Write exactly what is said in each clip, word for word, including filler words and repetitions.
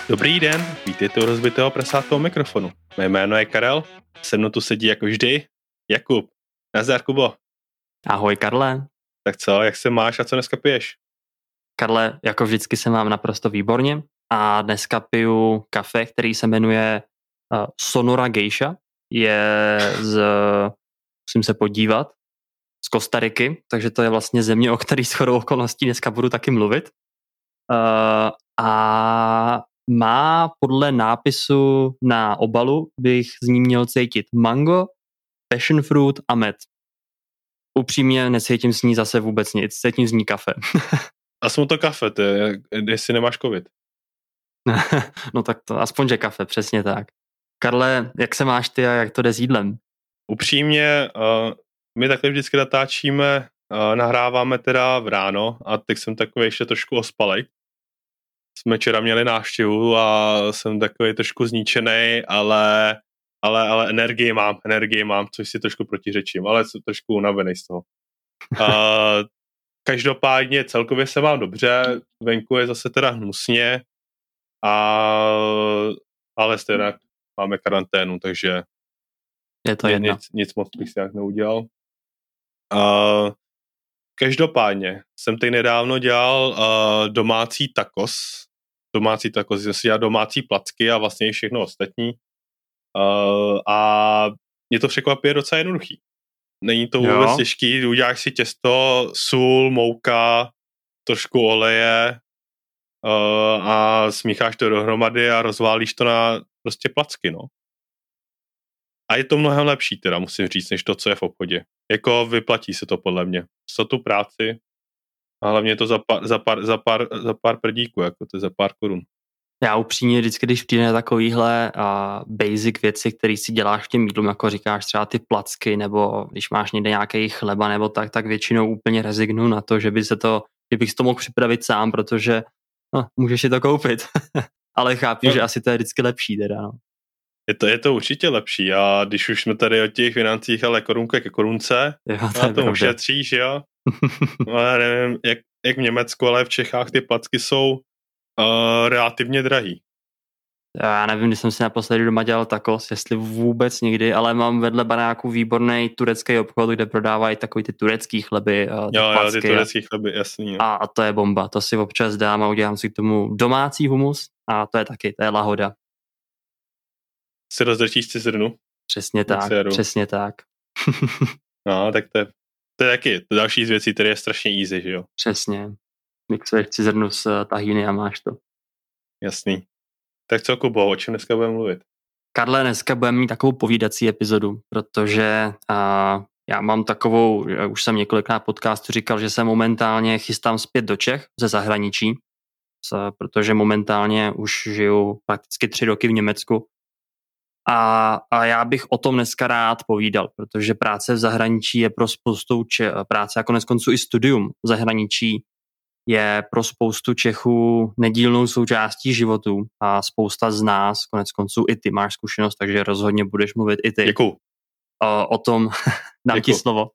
Dobrý den, vítejte u rozbitého prasátkového mikrofonu. Mé jméno je Karel, se mnou tu sedí jako vždy Jakub. Nazdar, Kubo. Ahoj, Karle. Tak co, jak se máš a co dneska piješ? Karle, jako vždycky se mám naprosto výborně a dneska piju kafe, který se jmenuje uh, Sonora Geisha. Je z, musím se podívat, z Kostariky, takže to je vlastně země, o který shodou okolností dneska budu taky mluvit. Uh, a má podle nápisu na obalu, bych z ní měl cítit mango, passion fruit a med. Upřímně necítím s ní zase vůbec nic, cítím z ní kafe. A jsou to kafe, ty, jestli nemáš covid. No tak to, aspoň že kafe, přesně tak. Karle, jak se máš ty a jak to jde s jídlem? Upřímně, uh, my takhle vždycky natáčíme, uh, nahráváme teda v ráno a teď jsem takový ještě trošku ospalej. Jsme včera měli návštěvu a jsem takový trošku zničený, ale, ale, ale energii mám, energii mám, což si trošku protiřečím, ale jsem trošku unavený z toho. Uh, každopádně celkově se mám dobře, venku je zase teda hnusně, a, ale stejně máme karanténu, takže je to jedno. Nic, nic moc bych si jak neudělal. Uh, každopádně jsem teď nedávno dělal uh, domácí tacos, domácí tacos, jsem si dělal domácí placky a vlastně i všechno ostatní. Uh, a mě to překvapuje docela jednoduchý. Není to vůbec jo. těžký, uděláš si těsto, sůl, mouka, trošku oleje uh, a smícháš to dohromady a rozválíš to na prostě placky, no. A je to mnohem lepší teda, musím říct, než to, co je v obchodě. Jako vyplatí se to podle mě. Za tu práci a hlavně je to za pár, za pár, za pár, za pár prdíků, jako to je za pár korun. Já upřímně vždycky, když přijde na takovýhle uh, basic věci, které si děláš v těm jídlům, jako říkáš třeba ty placky, nebo když máš někde nějaký chleba nebo tak, tak většinou úplně rezignu na to, že by se to, že bych si to mohl připravit sám, protože no, můžeš si to koupit. Ale chápu, no. že asi to je vždycky lepší teda, no. Je to, je to určitě lepší a když už jsme tady o těch financích, ale korunka ke korunce, jo, to, to ušetříš, jo. Ale nevím, jak, jak v Německu, ale v Čechách ty placky jsou uh, relativně drahý. Já nevím, když jsem si naposledy doma dělal tacos, jestli vůbec nikdy, ale mám vedle baráku výborný turecký obchod, kde prodávají takový ty turecký chleby. Uh, ty jo, jo, ty turecký chleby, jasný. Jo. A, a to je bomba, to si občas dám a udělám si k tomu domácí humus a to je taky, to je lahoda. Si rozdrčíš cizrnu? Přesně tak, Mixéru. přesně tak. No, tak to je, to je taky to další z věcí, které je strašně easy, že jo? Přesně. Mixuješ cizrnu s tahíny a máš to. Jasný. Tak co, Kubo, o čem dneska budeme mluvit? Karle, dneska budeme mít takovou povídací epizodu, protože uh, já mám takovou, už jsem několikrát podcastu říkal, že se momentálně chystám zpět do Čech ze zahraničí, protože momentálně už žiju prakticky tři roky v Německu. A, a já bych o tom dneska rád povídal, protože práce v zahraničí je pro spoustu Če- práce a konec konců i studium v zahraničí je pro spoustu Čechů nedílnou součástí životu a spousta z nás, konec konců i ty máš zkušenost, takže rozhodně budeš mluvit i ty. Děkuju. O, o tom dám Děkuju. ti slovo.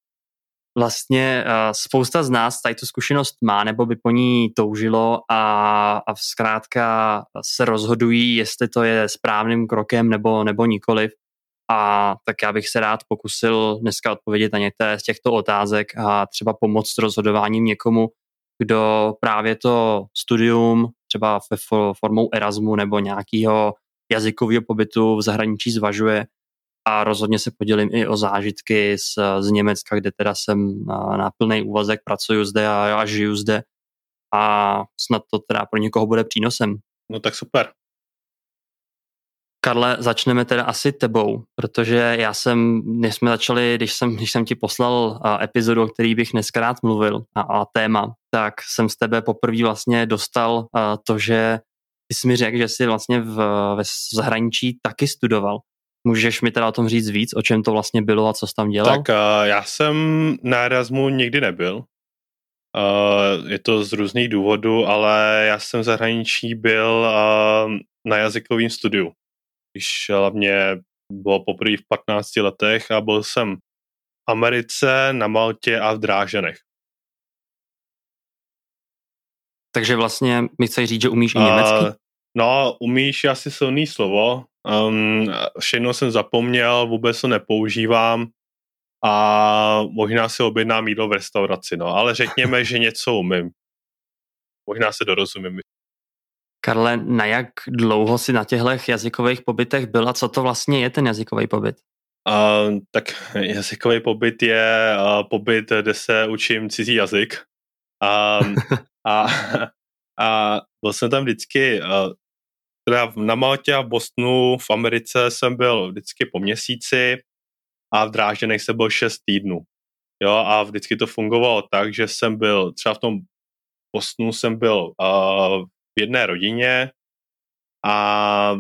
Vlastně uh, spousta z nás tady tu zkušenost má nebo by po ní toužilo a, a zkrátka se rozhodují, jestli to je správným krokem nebo, nebo nikoliv. A tak já bych se rád pokusil dneska odpovědět na některé z těchto otázek a třeba pomoct rozhodováním někomu, kdo právě to studium třeba ve formou Erasmu nebo nějakého jazykového pobytu v zahraničí zvažuje. A rozhodně se podělím i o zážitky z, z Německa, kde teda jsem na, na plný úvazek pracuju zde a, a žiju zde. A snad to teda pro někoho bude přínosem. No tak super. Karle, začneme teda asi tebou, protože já jsem, než jsme začali, když jsem, když jsem ti poslal uh, epizodu, o který bych dneska rád mluvil a, a téma, tak jsem z tebe poprvé vlastně dostal uh, to, že ty jsi mi řekl, že jsi vlastně v, v zahraničí taky studoval. Můžeš mi teda o tom říct víc, o čem to vlastně bylo a co jsi tam dělal? Tak uh, já jsem na Erasmu nikdy nebyl. Uh, je to z různých důvodů, ale já jsem v zahraničí byl uh, na jazykovém studiu. Když hlavně bylo poprvé v patnácti letech a byl jsem v Americe, na Maltě a v Drážanech. Takže vlastně mi chceš říct, že umíš i německy? Uh, No, umíš je asi silný slovo. Um, všechno jsem zapomněl, vůbec to nepoužívám a možná si objednám jídlo v restauraci, no. Ale řekněme, že něco umím. Možná se dorozumím. Karle, na jak dlouho si na těchto jazykových pobytech byl a co to vlastně je ten jazykový pobyt? Uh, tak jazykový pobyt je uh, pobyt, kde se učím cizí jazyk. Um, a, a byl jsem tam vždycky, uh, teda na Maltě a v Bostonu v Americe jsem byl vždycky po měsíci a v Drážděnech jsem byl šest týdnů. Jo, a vždycky to fungovalo tak, že jsem byl, třeba v tom Bostonu jsem byl uh, v jedné rodině a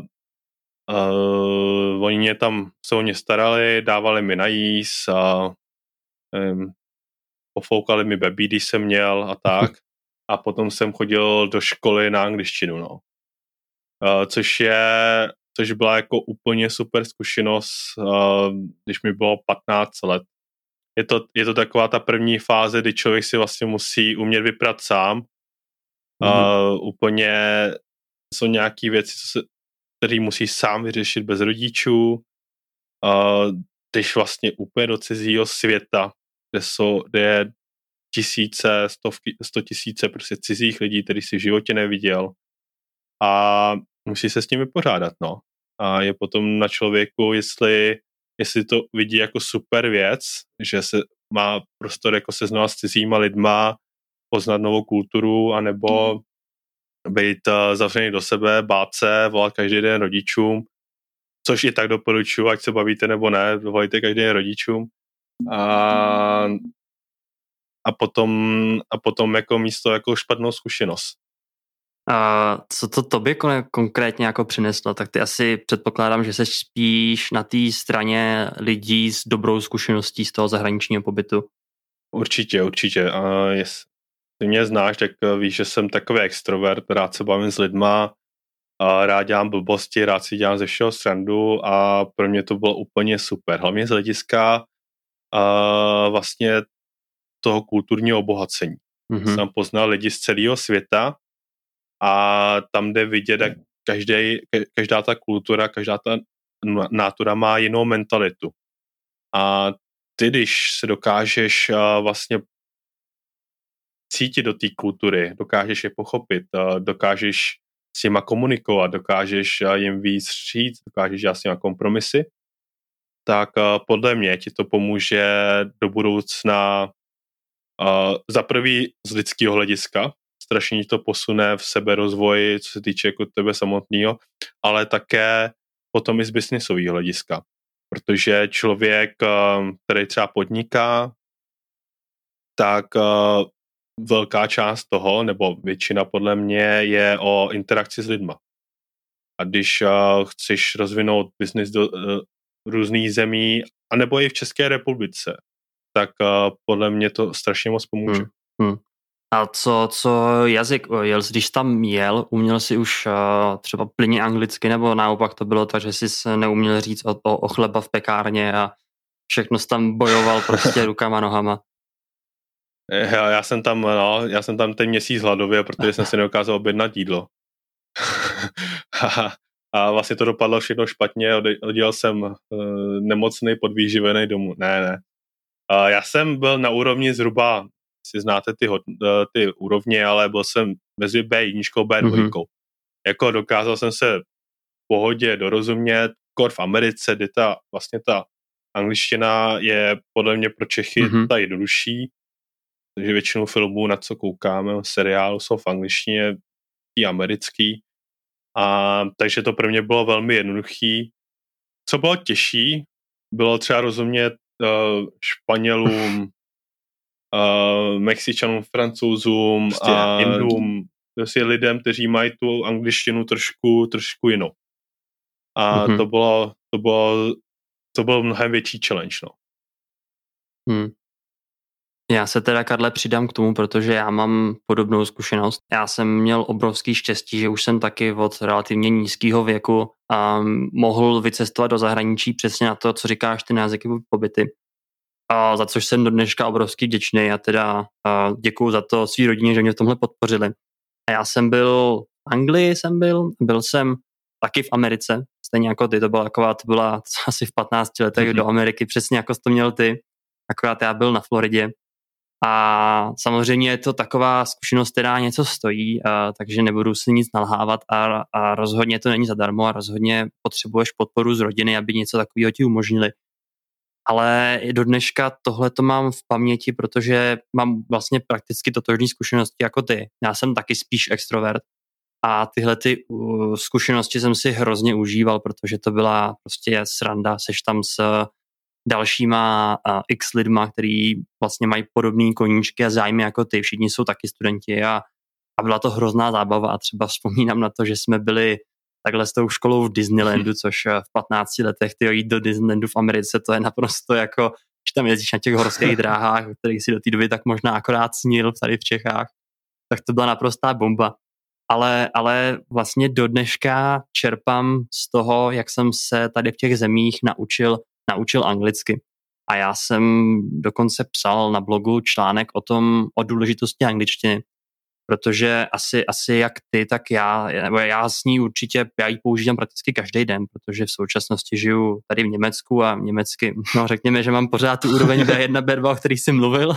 uh, oni mě tam se o mě starali, dávali mi najíst a um, pofoukali mi baby, když jsem měl a tak. A potom jsem chodil do školy na angličtinu, no. Uh, což je, což byla jako úplně super zkušenost, uh, když mi bylo patnáct let. Je to, je to taková ta první fáze, kdy člověk si vlastně musí umět vyprat sám. Mm-hmm. Uh, úplně jsou nějaký věci, které musí sám vyřešit bez rodičů. Uh, jdeš vlastně úplně do cizího světa, kde, jsou, kde je tisíce, stovky, sto tisíce prostě cizích lidí, který si v životě neviděl. A musí se s tím vypořádat, no. A je potom na člověku, jestli, jestli to vidí jako super věc, že se má prostor jako seznat s cizíma lidma, poznat novou kulturu, anebo být uh, zavřený do sebe, bát se, volat každý den rodičům, což i tak doporučuji, ať se bavíte nebo ne, volejte každý den rodičům. A, a potom, a potom jako místo jako špatnou zkušenost. A co to tobě konkrétně jako přineslo? Tak ty asi předpokládám, že jsi spíš na té straně lidí s dobrou zkušeností z toho zahraničního pobytu. Určitě, určitě. A jest, ty mě znáš, tak víš, že jsem takový extrovert, rád se bavím s lidma, a rád dělám blbosti, rád si dělám ze všeho srandu a pro mě to bylo úplně super. Hlavně z hlediska a vlastně toho kulturního obohacení. Mm-hmm. Jsem poznal lidi z celého světa a tam jde vidět, jak každý, každá ta kultura, každá ta nátura má jinou mentalitu. A ty, když se dokážeš uh, vlastně cítit do té kultury, dokážeš je pochopit, uh, dokážeš s nima komunikovat, dokážeš uh, jim víc říct, dokážeš dělat s nima kompromisy, tak uh, podle mě ti to pomůže do budoucna uh, za prvý z lidského hlediska, strašně to posune v seberozvoji, co se týče jako tebe samotného, ale také potom i z biznisového hlediska. Protože člověk, který třeba podniká, tak velká část toho, nebo většina podle mě, je o interakci s lidma. A když chceš rozvinout biznis do různých zemí, anebo i v České republice, tak podle mě to strašně moc pomůže. Hmm. Hmm. A co, co jazyk, jel, když tam jel, uměl jsi už uh, třeba plynně anglicky, nebo naopak to bylo tak, že jsi neuměl říct o, o, o chleba v pekárně a všechno jsi tam bojoval prostě rukama, nohama? Já, já jsem tam, no, já jsem tam ten měsíc hladově, protože jsem si nedokázal objednat jídlo. A vlastně to dopadlo všechno špatně, odjel jsem uh, nemocný, podvýživený domů. Ne, ne. Uh, já jsem byl na úrovni zhruba, si znáte ty, ty úrovně, ale byl jsem mezi bé jedna a bé dva. Mm-hmm. Jako dokázal jsem se v pohodě dorozumět, kor v Americe, kde ta vlastně ta angličtina je podle mě pro Čechy mm-hmm. ta jednodušší, takže většinu filmů, na co koukáme, seriálu jsou v angličtině, i americký. A takže to pro mě bylo velmi jednoduchý. Co bylo těžší, bylo třeba rozumět uh, Španělům, Uh, Mexičanům, Francouzům prostě a Indům, prostě lidem, kteří mají tu angličtinu trošku, trošku jinou. A mm-hmm. to bylo, to bylo, to byl mnohem větší challenge, no. Hmm. Já se teda, Karle, přidám k tomu, protože já mám podobnou zkušenost. Já jsem měl obrovský štěstí, že už jsem taky od relativně nízkého věku um, mohl vycestovat do zahraničí přesně na to, co říkáš ty na jazykové pobyty. A za což jsem do dneška obrovský vděčný a teda děkuju za to svý rodině, že mě v tomhle podpořili. A já jsem byl Anglii jsem byl, byl jsem taky v Americe, stejně jako ty, to byla taková, to byla asi v patnácti letech mm-hmm. do Ameriky, přesně jako jsi to měl ty, akorát já byl na Floridě. A samozřejmě je to taková zkušenost, která něco stojí, a, takže nebudu si nic nalhávat a, a rozhodně to není zadarmo a rozhodně potřebuješ podporu z rodiny, aby něco takového ti umožnili. Ale do dneška tohle to mám v paměti, protože mám vlastně prakticky totožné zkušenosti jako ty. Já jsem taky spíš extrovert a tyhle ty uh, zkušenosti jsem si hrozně užíval, protože to byla prostě sranda, seš tam s dalšíma uh, x lidma, který vlastně mají podobné koníčky a zájmy jako ty. Všichni jsou taky studenti a, a byla to hrozná zábava a třeba vzpomínám na to, že jsme byli takhle s tou školou v Disneylandu, což v patnácti letech ty jít do Disneylandu v Americe, to je naprosto jako, když tam jezdíš na těch horských dráhách, o kterých si do té doby tak možná akorát snil tady v Čechách, tak to byla naprostá bomba. Ale, ale vlastně do dneška čerpám z toho, jak jsem se tady v těch zemích naučil, naučil anglicky. A já jsem dokonce psal na blogu článek o tom, o důležitosti angličtiny, protože asi, asi jak ty, tak já, nebo já s ní určitě, já ji používám prakticky každý den, protože v současnosti žiju tady v Německu a německy, no řekněme, že mám pořád tu úroveň bé jedna, bé dva, o který jsi mluvil,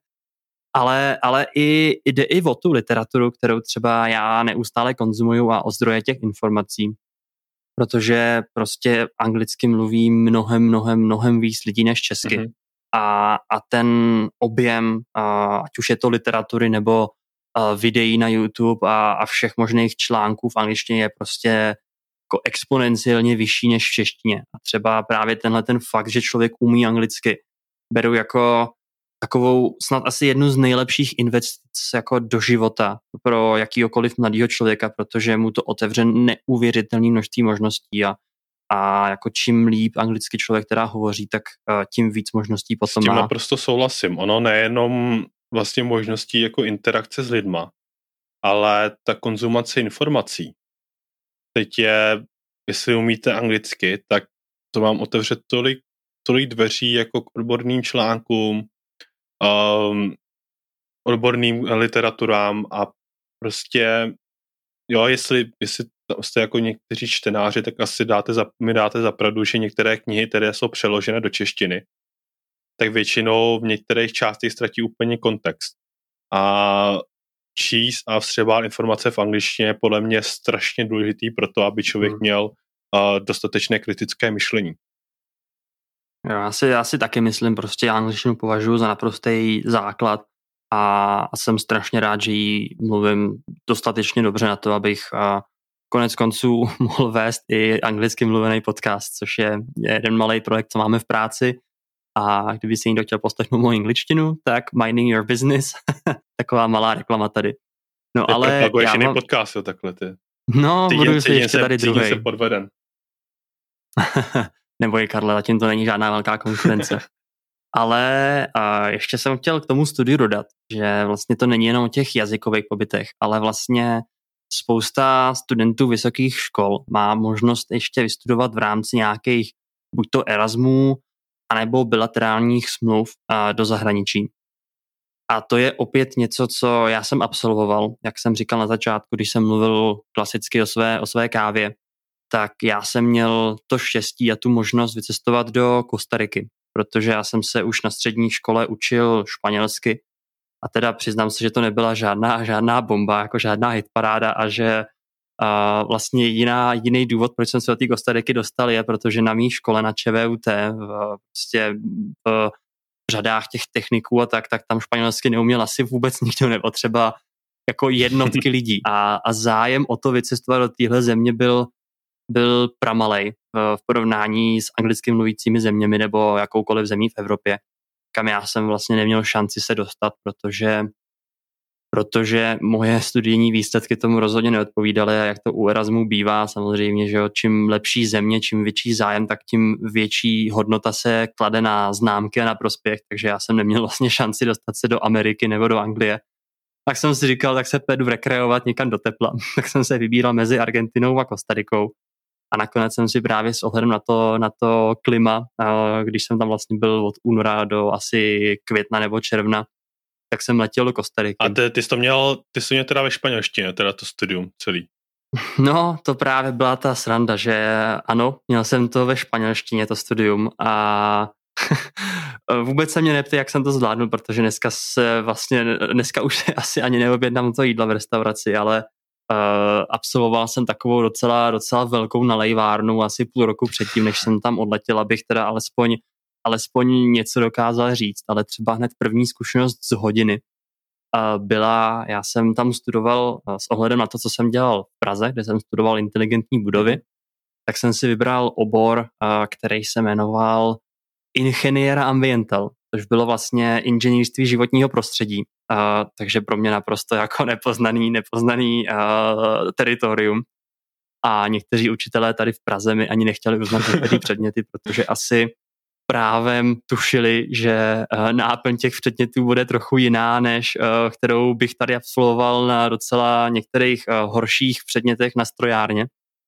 ale, ale i, jde i o tu literaturu, kterou třeba já neustále konzumuju a o zdroje těch informací, protože prostě anglicky mluví mnohem, mnohem, mnohem víc lidí než česky. Mm-hmm. A, a ten objem, a, ať už je to literatury nebo videí na YouTube a, a všech možných článků v angličtině je prostě jako exponenciálně vyšší než v češtině. A třeba právě tenhle ten fakt, že člověk umí anglicky, beru jako takovou snad asi jednu z nejlepších investic jako do života pro jakýhokoliv mladýho člověka, protože mu to otevře neuvěřitelné množství možností a, a jako čím líp anglicky člověk teda hovoří, tak uh, tím víc možností potom má. S tím má. Naprosto souhlasím. Ono nejenom vlastně možností jako interakce s lidma, ale ta konzumace informací. Teď je, jestli umíte anglicky, tak to vám otevře tolik, tolik dveří jako k odborným článkům, um, odborným literaturám a prostě jo, jestli, jestli jste jako někteří čtenáři, tak asi dáte za, mi dáte za pravdu, že některé knihy, které jsou přeložené do češtiny, tak většinou v některých částech ztratí úplně kontext. A číst a vstřebávat informace v angličtině je podle mě strašně důležitý pro to, aby člověk hmm. měl uh, dostatečné kritické myšlení. Jo, já, si, já si taky myslím, prostě angličtinu považuji za naprostý základ a, a jsem strašně rád, že ji mluvím dostatečně dobře na to, abych uh, konec konců mohl vést i anglicky mluvený podcast, což je jeden malý projekt, co máme v práci. A kdyby si někdo chtěl poslechnout moji angličtinu, tak Minding Your Business, taková malá reklama tady. No, ty ale propaguješ jiný mám... podcast, jo, takhle ty. No, cítím, budu si ještě se, tady druhej. se podveden. Neboj, Karle, zatím to není žádná velká konkurence. Ale a ještě jsem chtěl k tomu studiu dodat, že vlastně to není jenom o těch jazykových pobytech, ale vlastně spousta studentů vysokých škol má možnost ještě vystudovat v rámci nějakých buď to Erasmů, anebo bilaterálních smluv a, do zahraničí. A to je opět něco, co já jsem absolvoval, jak jsem říkal na začátku, když jsem mluvil klasicky o své, o své kávě, tak já jsem měl to štěstí a tu možnost vycestovat do Kostariky, protože já jsem se už na střední škole učil španělsky a teda přiznám se, že to nebyla žádná, žádná bomba, jako žádná hitparáda a že a vlastně jiná, jiný důvod, proč jsem se do té Kostariky dostal, je, protože na mý škole na ČVUT v, prostě v řadách těch techniků a tak, tak tam španělsky neuměl asi vůbec nikdo, nebo třeba jako jednotky lidí. A, a zájem o to vycestovat do téhle země byl, byl pramalej v, v porovnání s anglicky mluvícími zeměmi nebo jakoukoliv zemí v Evropě, kam já jsem vlastně neměl šanci se dostat, protože protože moje studijní výsledky tomu rozhodně neodpovídaly a jak to u Erasmu bývá samozřejmě, že jo, čím lepší země, čím větší zájem, tak tím větší hodnota se klade na známky a na prospěch, takže já jsem neměl vlastně šanci dostat se do Ameriky nebo do Anglie. Tak jsem si říkal, tak se půjdu rekreovat někam do tepla. Tak jsem se vybíral mezi Argentinou a Kostarikou a nakonec jsem si právě s ohledem na to, na to klima, když jsem tam vlastně byl od února do asi května nebo června, tak jsem letěl do Kostariky. A ty, ty jsi to měl, ty jsi to měl teda ve španělštině, teda to studium celý. No, to právě byla ta sranda, že ano, měl jsem to ve španělštině, to studium a vůbec se mě neptej, jak jsem to zvládnul, protože dneska se vlastně, dneska už asi ani neobjednám to jídla v restauraci, ale uh, absolvoval jsem takovou docela, docela velkou nalejvárnu asi půl roku předtím, než jsem tam odletěl, abych teda alespoň, alespoň něco dokázal říct, ale třeba hned první zkušenost z hodiny uh, byla, já jsem tam studoval uh, s ohledem na to, co jsem dělal v Praze, kde jsem studoval inteligentní budovy, tak jsem si vybral obor, uh, který se jmenoval Ingeniera ambiental, což bylo vlastně inženýrství životního prostředí. Uh, takže pro mě naprosto jako nepoznaný, nepoznaný uh, teritorium. A někteří učitelé tady v Praze mi ani nechtěli uznat některé předměty, protože asi právem tušili, že uh, náplň těch předmětů bude trochu jiná, než uh, kterou bych tady absolvoval na docela některých uh, horších předmětech na strojárně.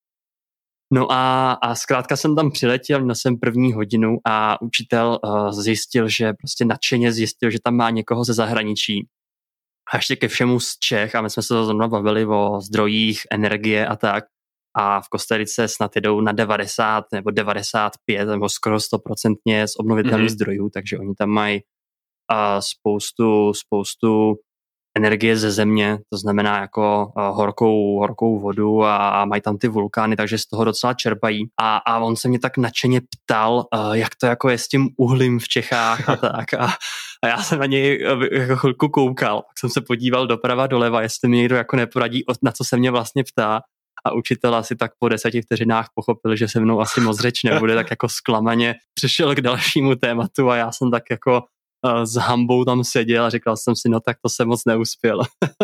No a, a zkrátka jsem tam přiletěl, měl jsem první hodinu a učitel uh, zjistil, že prostě nadšeně zjistil, že tam má někoho ze zahraničí. A ještě ke všemu z Čech a my jsme se to zrovna bavili o zdrojích, energie a tak. A v Kostarice snad jdou na devadesát nebo devadesát pět nebo skoro sto procent z obnovitelných mm-hmm. zdrojů, takže oni tam mají uh, spoustu, spoustu energie ze země, to znamená jako uh, horkou, horkou vodu a, a mají tam ty vulkány, takže z toho docela čerpají. A, a on se mě tak nadšeně ptal, uh, jak to jako je s tím uhlím v Čechách a tak. A, a já jsem na něj uh, jako chvilku koukal, pak jsem se podíval doprava doleva, jestli mi někdo jako neporadí, na co se mě vlastně ptá. A učitel asi tak po deseti vteřinách pochopil, že se mnou asi moc řeč nebude, tak jako zklamaně přišel k dalšímu tématu a já jsem tak jako s hambou tam seděl a říkal jsem si, no tak to jsem moc neuspěl.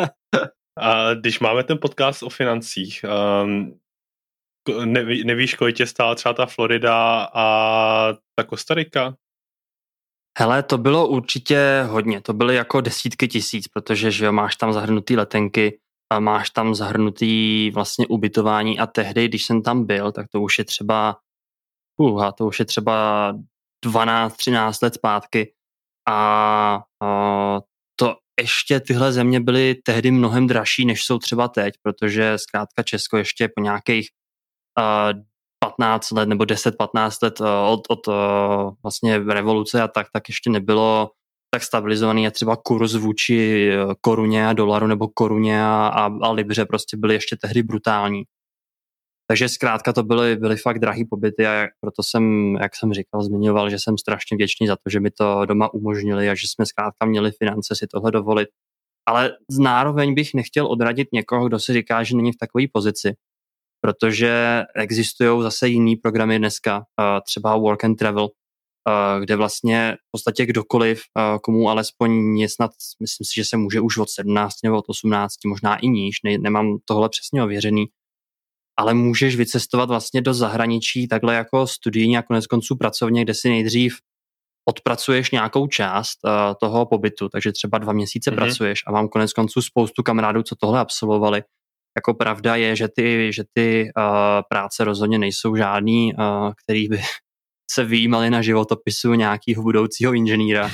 A když máme ten podcast o financích, um, neví, nevíš, kolik tě stála třeba ta Florida a ta Kostarika? Hele, to bylo určitě hodně, to byly jako desítky tisíc, protože že jo, máš tam zahrnutý letenky, a máš tam zahrnutý vlastně ubytování a tehdy, když jsem tam byl, tak to už je třeba uh, to už je třeba dvanáct třináct let zpátky. A uh, to ještě tyhle země byly tehdy mnohem dražší, než jsou třeba teď, protože zkrátka Česko ještě po nějakých uh, patnáct let nebo deset patnáct let uh, od, od uh, vlastně revoluce a tak, tak ještě nebylo tak stabilizovaný a třeba kurz vůči koruně a dolaru nebo koruně a, a, a libře prostě byly ještě tehdy brutální. Takže zkrátka to byly, byly fakt drahý pobyty a proto jsem, jak jsem říkal, zmiňoval, že jsem strašně vděčný za to, že mi to doma umožnili a že jsme zkrátka měli finance si tohle dovolit. Ale zároveň bych nechtěl odradit někoho, kdo si říká, že není v takové pozici, protože existují zase jiný programy dneska, třeba Work and Travel, kde vlastně v podstatě kdokoliv, komu alespoň je snad, myslím si, že se může už od sedmnácti nebo od osmnácti, možná i níž, ne, nemám tohle přesně ověřený, ale můžeš vycestovat vlastně do zahraničí takhle jako studijně a konec konců pracovně, kde si nejdřív odpracuješ nějakou část uh, toho pobytu, takže třeba dva měsíce mm-hmm. pracuješ a mám konec konců spoustu kamarádů, co tohle absolvovali. Jako pravda je, že ty, že ty uh, práce rozhodně nejsou žádný, uh, který by se vyjímali na životopisu nějakého budoucího inženýra.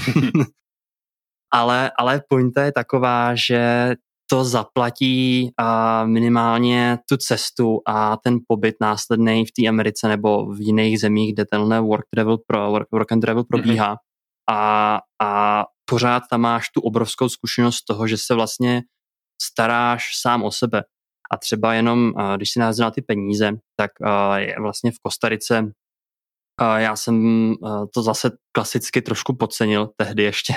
ale, ale pointa je taková, že to zaplatí uh, minimálně tu cestu a ten pobyt následný v té Americe nebo v jiných zemích, kde tenhle work, travel pro, work, work and travel probíhá. Mm-hmm. A, a pořád tam máš tu obrovskou zkušenost toho, že se vlastně staráš sám o sebe. A třeba jenom, uh, když si nahází na ty peníze, tak uh, je vlastně v Kostarice uh, já jsem uh, to zase klasicky trošku podcenil tehdy ještě.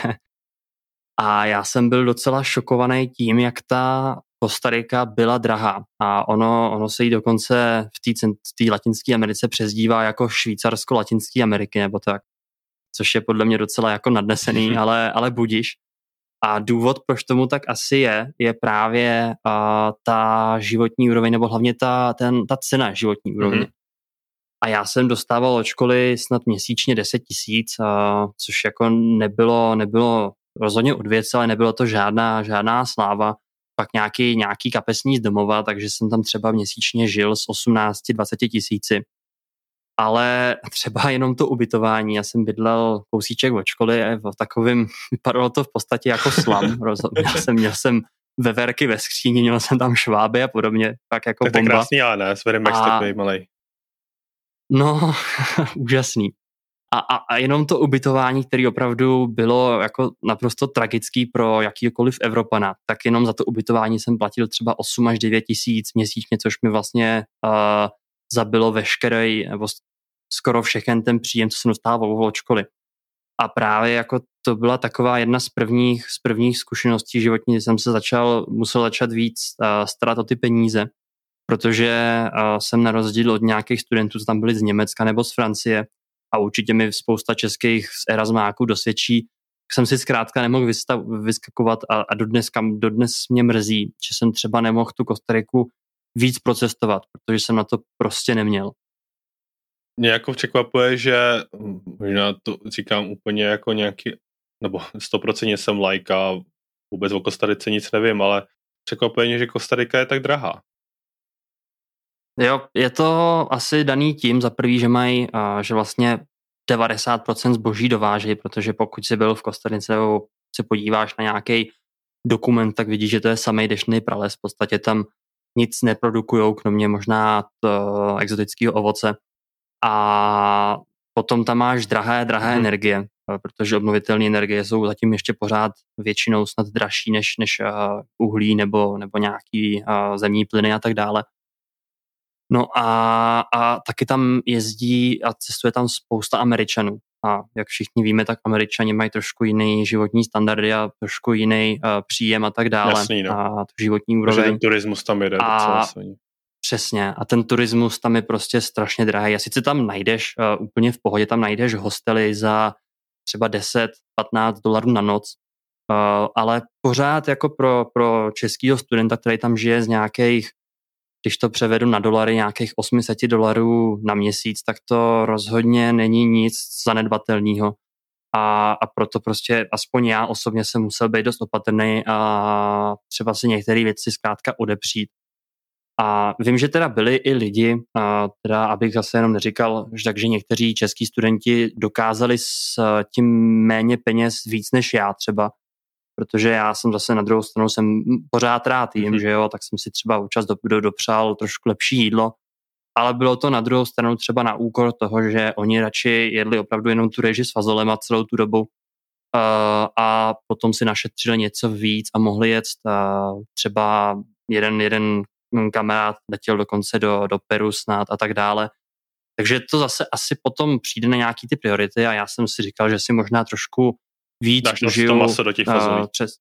A já jsem byl docela šokovaný tím, jak ta Kostarika byla drahá. A ono, ono se jí dokonce v té latinské Americe přezdívá jako Švýcarsko-latinské Ameriky nebo tak. Což je podle mě docela jako nadnesený, ale, ale budiš. A důvod, proč tomu tak asi je, je právě uh, ta životní úroveň, nebo hlavně ta, ten, ta cena životní úrovně. Mm-hmm. A já jsem dostával od školy snad měsíčně deset tisíc, uh, což jako nebylo, nebylo rozhodně od věci, ale nebylo to žádná, žádná sláva. Pak nějaký, nějaký kapesní z domova, takže jsem tam třeba měsíčně žil s osmnáct dvacet tisíci. ale třeba jenom to ubytování. Já jsem bydlel kousíček od školy a v takovým, vypadalo to v podstatě jako slam. Měl jsem, měl jsem veverky ve skříni, měl jsem tam šváby a podobně, tak jako tak bomba. Tak krásný, ale ne, s Verimax a... takový malej. No, úžasný. A, a, a jenom to ubytování, které opravdu bylo jako naprosto tragický pro jakýkoliv Evropana, tak jenom za to ubytování jsem platil třeba osm až devět tisíc měsíčně, což mi vlastně uh, zabilo veškerý, nebo skoro všechen ten příjem, co jsem dostával od školy. A právě jako to byla taková jedna z prvních, z prvních zkušeností životní, kdy jsem se začal, musel začat víc uh, starat o ty peníze, protože uh, jsem na rozdíl od nějakých studentů, co tam byli z Německa nebo z Francie, a určitě mi spousta českých z Erasmáků dosvědčí, jsem si zkrátka nemohl vystav, vyskakovat a, a dodnes, kam, dodnes mě mrzí, že jsem třeba nemohl tu Kostariku víc procestovat, protože jsem na to prostě neměl. Mě jako překvapuje, že možná to říkám úplně jako nějaký, nebo sto procent jsem like a vůbec o Kostarice nic nevím, ale překvapuje mě, že Kostarika je tak drahá. Jo, je to asi daný tím, za prvý, že mají, že vlastně devadesát procent zboží dovážejí, protože pokud jsi byl v Kostarice nebo se podíváš na nějaký dokument, tak vidíš, že to je samej deštný prales. V podstatě tam nic neprodukujou, kromě možná to exotického ovoce. A potom tam máš drahé, drahé hmm. energie, protože obnovitelné energie jsou zatím ještě pořád většinou snad dražší než, než uhlí nebo, nebo nějaký zemní plyny a tak dále. No a, a taky tam jezdí a cestuje tam spousta Američanů. A jak všichni víme, tak Američani mají trošku jiný životní standardy a trošku jiný uh, příjem a tak dále. Jasný, no. A tu životní úroveň. Takže ten turismus tam jede docela silně. Přesně. A ten turismus tam je prostě strašně drahý. A sice tam najdeš uh, úplně v pohodě, tam najdeš hostely za třeba deset patnáct dolarů na noc, uh, ale pořád jako pro, pro českýho studenta, který tam žije z nějakých, když to převedu na dolary, nějakých osm set dolarů na měsíc, tak to rozhodně není nic zanedbatelného. A, a proto prostě aspoň já osobně jsem musel být dost opatrný a třeba si některé věci zkrátka odepřít. A vím, že teda byli i lidi, a teda abych zase jenom neříkal, že takže někteří český studenti dokázali s tím méně peněz víc než já třeba, protože já jsem zase na druhou stranu jsem pořád rád jím, mm-hmm. že jo, tak jsem si třeba občas do, do, dopřál trošku lepší jídlo, ale bylo to na druhou stranu třeba na úkor toho, že oni radši jedli opravdu jenom tu rejži s fazolema celou tu dobu uh, a potom si našetřili něco víc a mohli jet uh, třeba jeden, jeden kamarád letěl dokonce do, do Peru snad a tak dále. Takže to zase asi potom přijde na nějaký ty priority a já jsem si říkal, že si možná trošku víc dáš užiju. to maso do těch fazolí. Uh, přes...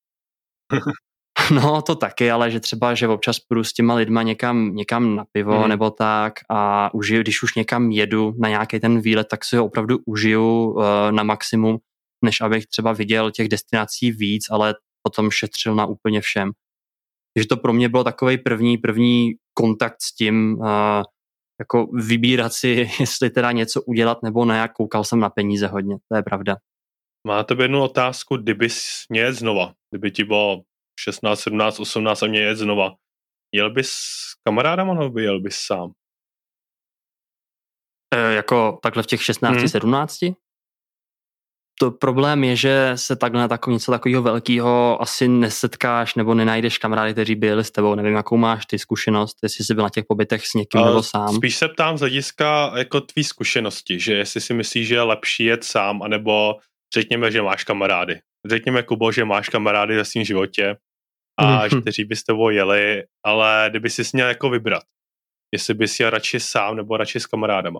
No to taky, ale že třeba, že občas půjdu s těma lidma někam, někam na pivo mm. nebo tak a užiju, když už někam jedu na nějaký ten výlet, tak si ho opravdu užiju uh, na maximum, než abych třeba viděl těch destinací víc, ale potom šetřil na úplně všem. Takže to pro mě bylo takovej první, první kontakt s tím, uh, jako vybírat si, jestli teda něco udělat nebo ne, jak koukal jsem na peníze hodně, to je pravda. Má tebe jednu otázku, kdybys měl jet znova, kdyby ti bylo šestnáct, sedmnáct, osmnáct a měl jet znova, jel bys s kamarádama nebo jel bys sám? E, jako takhle v těch šestnácti, hmm. sedmnácti? To problém je, že se takhle na takový, něco takového velkého asi nesetkáš nebo nenajdeš kamarády, kteří by jeli s tebou. Nevím, jakou máš ty zkušenost, jestli jsi byl na těch pobytech s někým nebo sám. Spíš se ptám z hlediska jako tvý zkušenosti, že jestli si myslíš, že je lepší jet sám, anebo řekněme, že máš kamarády. Řekněme, Kubo, že máš kamarády ve svém životě a mm-hmm. kteří by s tebou jeli, ale kdyby jsi měl jako vybrat, jestli bys jel radši sám nebo radši s kamarádama.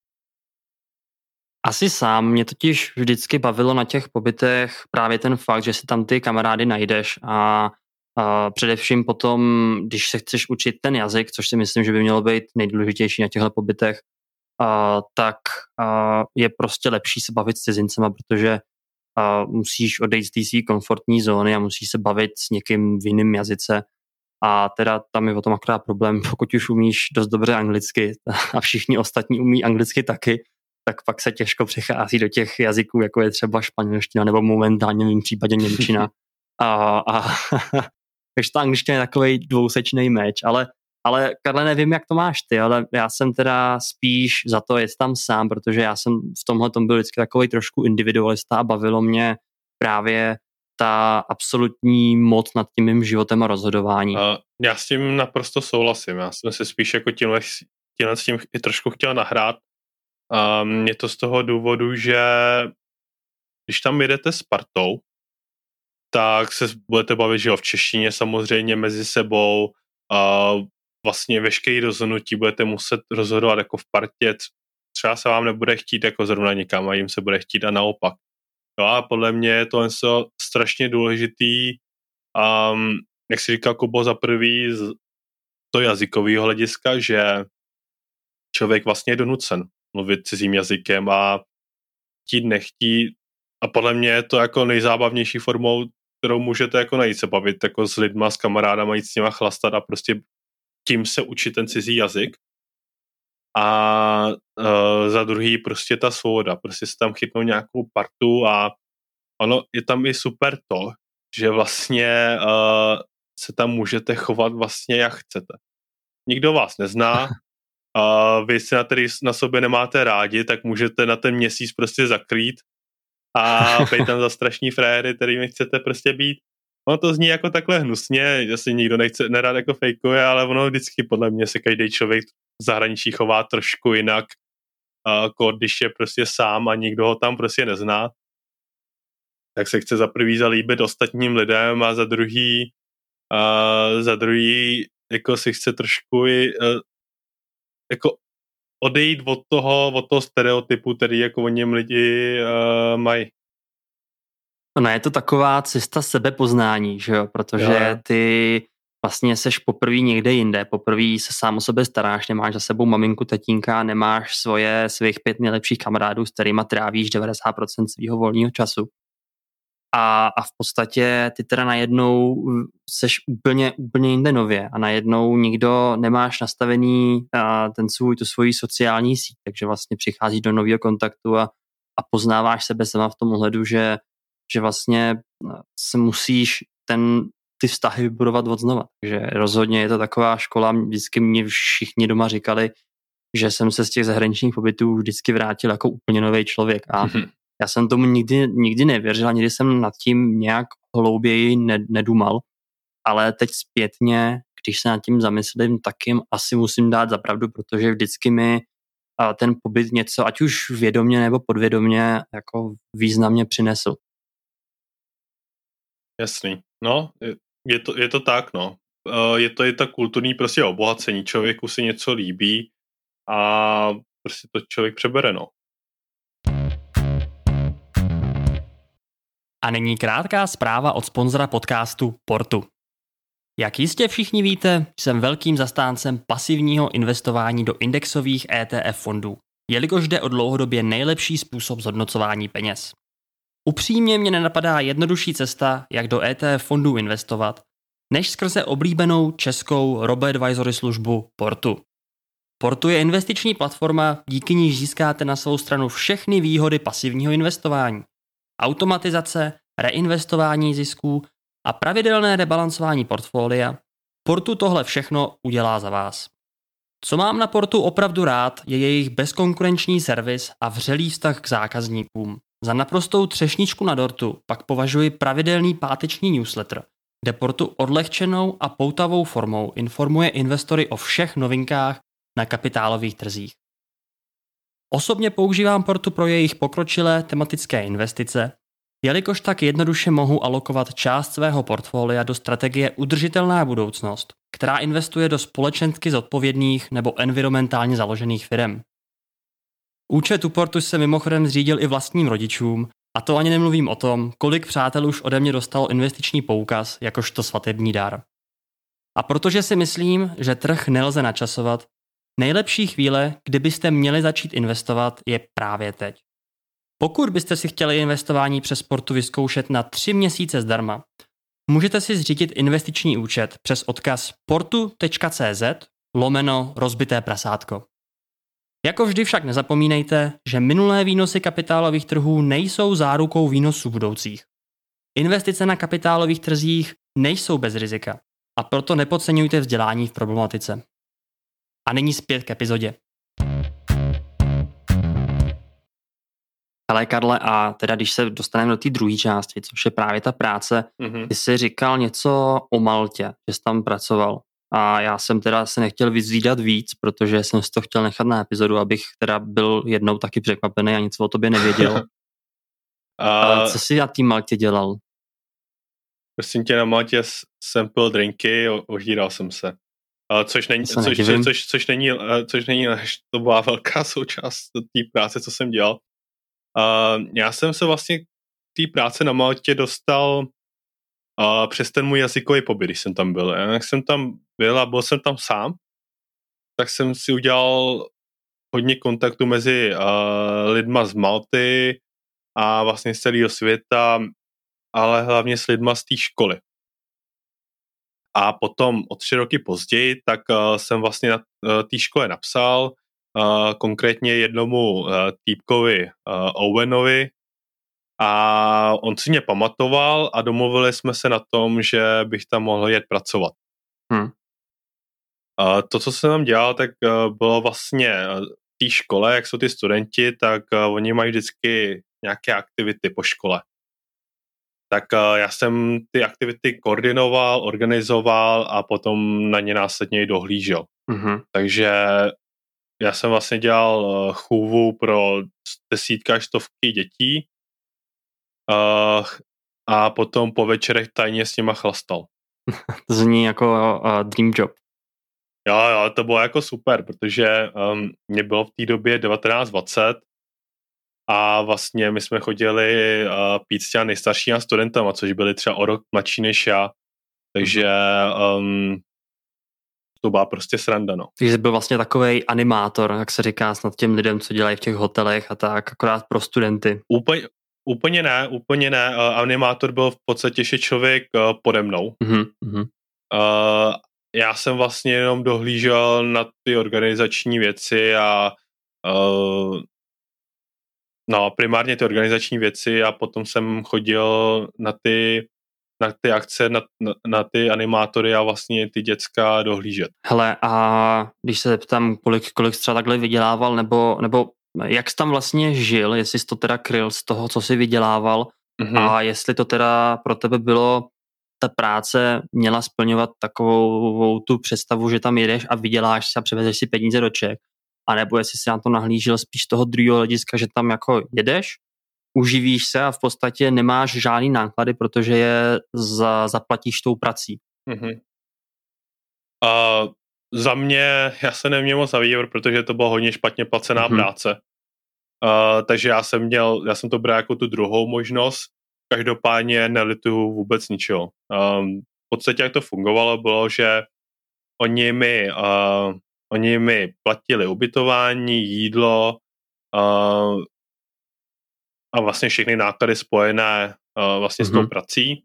Asi sám. Mě totiž vždycky bavilo na těch pobytech právě ten fakt, že si tam ty kamarády najdeš a, a především potom, když se chceš učit ten jazyk, což si myslím, že by mělo být nejdůležitější na těchto pobytech, a, tak a, je prostě lepší se bavit s cizincema, protože a, musíš odejít z té své komfortní zóny a musíš se bavit s někým v jiném jazyce. A teda tam je o tom akorát problém, pokud už umíš dost dobře anglicky a všichni ostatní umí anglicky taky, tak pak se těžko přechází do těch jazyků, jako je třeba španělština nebo momentálně v mým případě němčina. A, a takže ta angličtina je takovej dvousečnej meč, ale Ale Karle, nevím, jak to máš ty, ale já jsem teda spíš za to jet tam sám, protože já jsem v tomhle tom byl vždycky takový trošku individualista a bavilo mě právě ta absolutní moc nad tím mým životem a rozhodování. Uh, já s tím naprosto souhlasím. Já jsem se spíš jako tímhle, tímhle s tím i trošku chtěl nahrát. Um, je to z toho důvodu, že když tam jedete s partou, tak se budete bavit, že jo, v češtině samozřejmě mezi sebou. Uh, vlastně veškeré rozhodnutí budete muset rozhodovat jako v partě. Třeba se vám nebude chtít jako zrovna nikam a jim se bude chtít a naopak. Jo, a podle mě je to něco strašně důležitý, um, jak si říkal Kubo, za prvý z to jazykového hlediska, že člověk vlastně je donucen mluvit cizím jazykem a chtít nechtít. A podle mě je to jako nejzábavnější formou, kterou můžete jako najít se bavit jako s lidma, s kamarádama, jít s nima chlastat a prostě tím se učit ten cizí jazyk. A uh, za druhý prostě ta svoboda. Prostě se tam chytnou nějakou partu a ono je tam i super to, že vlastně uh, se tam můžete chovat vlastně jak chcete. Nikdo vás nezná, uh, vy se na, který na sobě nemáte rádi, tak můžete na ten měsíc prostě zakrýt a být tam za strašní frajery, kterými chcete prostě být. Ono to zní jako takhle hnusně, asi nikdo nechce, nerád jako fejkuje, ale ono vždycky podle mě se každý člověk v zahraničí chová trošku jinak, jako když je prostě sám a nikdo ho tam prostě nezná. Tak se chce za prvý zalíbit ostatním lidem a za druhý a za druhý jako si chce trošku i, jako odejít od toho, od toho stereotypu, který jako o něm lidi uh, mají. No, je to taková cesta sebepoznání, že jo, protože jo. Ty vlastně seš poprvé někde jinde, poprvé se sám o sebe staráš, nemáš za sebou maminku, tatínka, nemáš svoje, svých pět nejlepších kamarádů, s kterýma trávíš devadesát procent svýho volného času. A, a v podstatě ty teda najednou seš úplně, úplně jinde nově a najednou nikdo nemáš nastavený a, ten svůj, tu svoji sociální síť, takže vlastně přicházíš do nového kontaktu a, a poznáváš sebe sama v tom ohledu, že, že vlastně se musíš ten, ty vztahy vybudovat od znova. Takže rozhodně je to taková škola, vždycky mě všichni doma říkali, že jsem se z těch zahraničních pobytů vždycky vrátil jako úplně nový člověk a mm-hmm. Já jsem tomu nikdy, nikdy nevěřil a nikdy jsem nad tím nějak hlouběji nedumal, ale teď zpětně, když se nad tím zamyslím, tak jim asi musím dát za pravdu, protože vždycky mi ten pobyt něco, ať už vědomě nebo podvědomě, jako významně přinesl. Jasný. No, je to, je to tak, no. Je to i ta kulturní prostě obohacení. Člověku si něco líbí a prostě to člověk přebere, no. A nyní krátká zpráva od sponzora podcastu Portu. Jak jistě všichni víte, jsem velkým zastáncem pasivního investování do indexových E T F fondů, jelikož jde o dlouhodobě nejlepší způsob zhodnocování peněz. Upřímně mě nenapadá jednodušší cesta, jak do E T F fondů investovat, než skrze oblíbenou českou robo-advisory službu Portu. Portu je investiční platforma, díky níž získáte na svou stranu všechny výhody pasivního investování. Automatizace, reinvestování zisků a pravidelné rebalancování portfolia. Portu tohle všechno udělá za vás. Co mám na Portu opravdu rád, je jejich bezkonkurenční servis a vřelý vztah k zákazníkům. Za naprostou třešničku na dortu pak považuji pravidelný páteční newsletter, kde Portu odlehčenou a poutavou formou informuje investory o všech novinkách na kapitálových trzích. Osobně používám Portu pro jejich pokročilé tematické investice, jelikož tak jednoduše mohu alokovat část svého portfolia do strategie Udržitelná budoucnost, která investuje do společensky zodpovědných nebo environmentálně založených firem. Účet u Portu se mimochodem zřídil i vlastním rodičům, a to ani nemluvím o tom, kolik přátel už ode mě dostalo investiční poukaz jakožto svatební dar. A protože si myslím, že trh nelze načasovat, nejlepší chvíle, kdybyste měli začít investovat, je právě teď. Pokud byste si chtěli investování přes Portu vyzkoušet na tři měsíce zdarma, můžete si zřídit investiční účet přes odkaz portu.cz lomeno rozbité prasátko. Jako vždy však nezapomínejte, že minulé výnosy kapitálových trhů nejsou zárukou výnosů budoucích. Investice na kapitálových trzích nejsou bez rizika a proto nepodceňujte vzdělání v problematice. A nyní zpět k epizodě. Ale Karle, a teda když se dostaneme do té druhé části, což je právě ta práce, mm-hmm. ty jsi říkal něco o Maltě, že jsi tam pracoval. A já jsem teda se nechtěl vyzvídat víc, protože jsem si to chtěl nechat na epizodu, abych teda byl jednou taky překvapený a nic o tobě nevěděl. uh, Ale co jsi na té Maltě dělal? Prosím tě, na Maltě jsem pil drinky, ožíral jsem se. Uh, což není, což, což, což, což není, uh, což není, to byla velká součást té práce, co jsem dělal. Uh, já jsem se vlastně k té práce na Maltě dostal uh, přes ten můj jazykový pobyt, když jsem tam byl. Jak jsem tam byl a byl jsem tam sám, tak jsem si udělal hodně kontaktu mezi uh, lidma z Malty a vlastně z celého světa, ale hlavně s lidma z té školy. A potom o tři roky později, tak uh, jsem vlastně na uh, té škole napsal uh, konkrétně jednomu uh, týpkovi uh, Owenovi a on si mě pamatoval a domluvili jsme se na tom, že bych tam mohl jet pracovat. Hmm. Uh, to, co jsem tam dělal, tak uh, bylo vlastně uh, v té škole, jak jsou ty studenti, tak uh, oni mají vždycky nějaké aktivity po škole. Tak uh, já jsem ty aktivity koordinoval, organizoval a potom na ně následně i dohlížel. Mm-hmm. Takže já jsem vlastně dělal uh, chůvu pro desítky až stovky dětí uh, a potom po večerech tajně s nima chlastal. To zní jako uh, dream job. Jo, jo, to bylo jako super, protože um, mě bylo v té době devatenáct dvacet a vlastně my jsme chodili uh, pít s těma nejstaršíma studentama, což byli třeba o rok mladší než já, takže um, to byla prostě sranda, no. Takže jsi byl vlastně takovej animátor, jak se říká snad těm lidem, co dělají v těch hotelech a tak, akorát pro studenty. Úplně, úplně ne, úplně ne. Uh, animátor byl v podstatě ještě člověk uh, pode mnou. Mm-hmm. Uh, já jsem vlastně jenom dohlížel na ty organizační věci a uh, no, primárně ty organizační věci a potom jsem chodil na ty, na ty akce, na, na, na ty animátory a vlastně ty děcka dohlížet. Hele, a když se zeptám, kolik, kolik třeba takhle vydělával, nebo, nebo jak jsi tam vlastně žil, jestli jsi to teda kryl z toho, co jsi vydělával, mm-hmm. a jestli to teda pro tebe bylo, ta práce měla splňovat takovou tu představu, že tam jedeš a vyděláš si a převezeš si peníze do Čech, a nebo jestli si na to nahlížel spíš z toho druhého hlediska, že tam jako jedeš, uživíš se a v podstatě nemáš žádný náklady, protože je za, zaplatíš tou prací. Mm-hmm. Uh, za mě, já se neměl moc na výběr, protože to byla hodně špatně placená mm-hmm. práce. Uh, takže já jsem měl, já jsem to bral jako tu druhou možnost. Každopádně nelituju vůbec ničeho. Um, v podstatě jak to fungovalo, bylo, že oni mi uh, Oni mi platili ubytování, jídlo uh, a vlastně všechny náklady spojené uh, vlastně mm-hmm. s tou prací.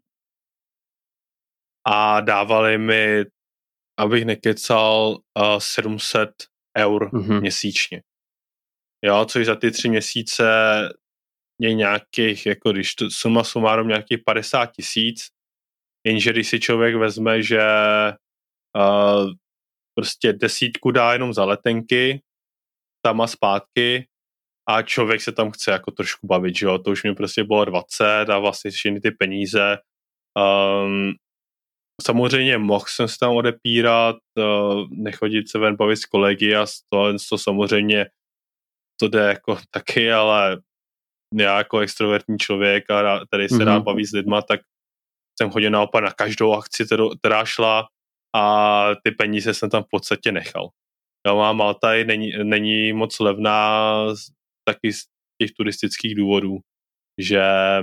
A dávali mi, abych nekecal, uh, sedm set eur mm-hmm. měsíčně. Jo, což za ty tři měsíce je nějakých, jako když to suma sumárum nějakých padesát tisíc, jenže když si člověk vezme, že uh, prostě desítku dá jenom za letenky, tam a zpátky a člověk se tam chce jako trošku bavit, že jo, to už mi prostě bylo dvacet a vlastně všechny ty peníze. Um, samozřejmě mohl jsem se tam odepírat, uh, nechodit se ven bavit s kolegy a to, to samozřejmě to jde jako taky, ale já jako extrovertní člověk a tady se mm-hmm. rád baví s lidma, tak jsem chodil naopak na každou akci, která šla, a ty peníze jsem tam v podstatě nechal. Jo, a Malta není, není moc levná taky z těch turistických důvodů, že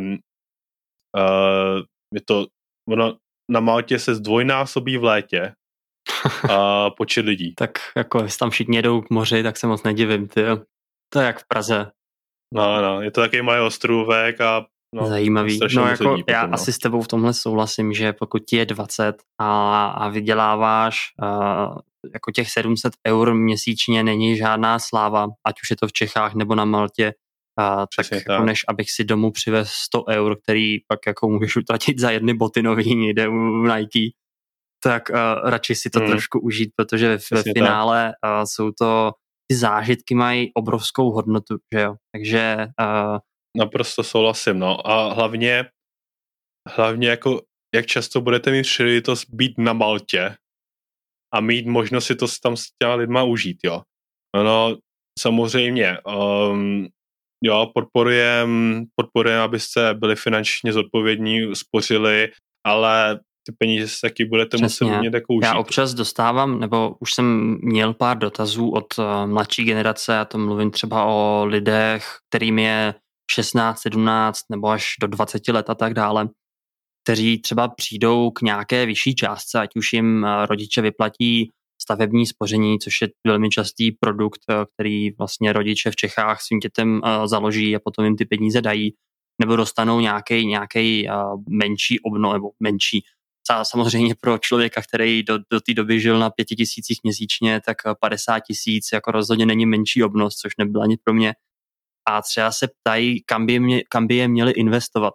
uh, je to, ono, na Maltě se zdvojnásobí v létě uh, počet lidí. Tak jako jestli tam všichni jedou k moři, tak se moc nedivím, tyjo. To je jak v Praze. No, no, je to takový malý ostrůvek a no, zajímavý. No jako potom, já no. asi s tebou v tomhle souhlasím, že pokud ti je dvacet a, a vyděláváš uh, jako těch sedm set eur měsíčně, není žádná sláva, ať už je to v Čechách nebo na Maltě, uh, tak, tak jako než abych si domů přivez sto eur, který pak jako můžeš utratit za jedny boty nový někde u Nike, tak uh, radši si to hmm. trošku užít, protože ve, ve finále uh, jsou to, ty zážitky mají obrovskou hodnotu, že jo, takže... Uh, Naprosto souhlasím, no a hlavně, hlavně jako, jak často budete mít příležitost být na Maltě a mít možnost si to tam s těma lidma užít, jo. No, samozřejmě, um, jo, podporujem, podporujem, abyste byli finančně zodpovědní, spořili, ale ty peníze si taky budete Přesně. muset umět jako užít. Já občas dostávám, nebo už jsem měl pár dotazů od uh, mladší generace, já to mluvím třeba o lidech, kterým je šestnáct, sedmnáct nebo až do dvacet let a tak dále, kteří třeba přijdou k nějaké vyšší částce, ať už jim uh, rodiče vyplatí stavební spoření, což je velmi častý produkt, který vlastně rodiče v Čechách svým dětem uh, založí a potom jim ty peníze dají, nebo dostanou nějaký nějaký uh, menší obno, nebo menší. Samozřejmě pro člověka, který do, do té doby žil na pěti tisících měsíčně, tak padesát tisíc jako rozhodně není menší obnos, což nebyl ani pro mě. A třeba se ptají, kam by, mě, kam by je měli investovat.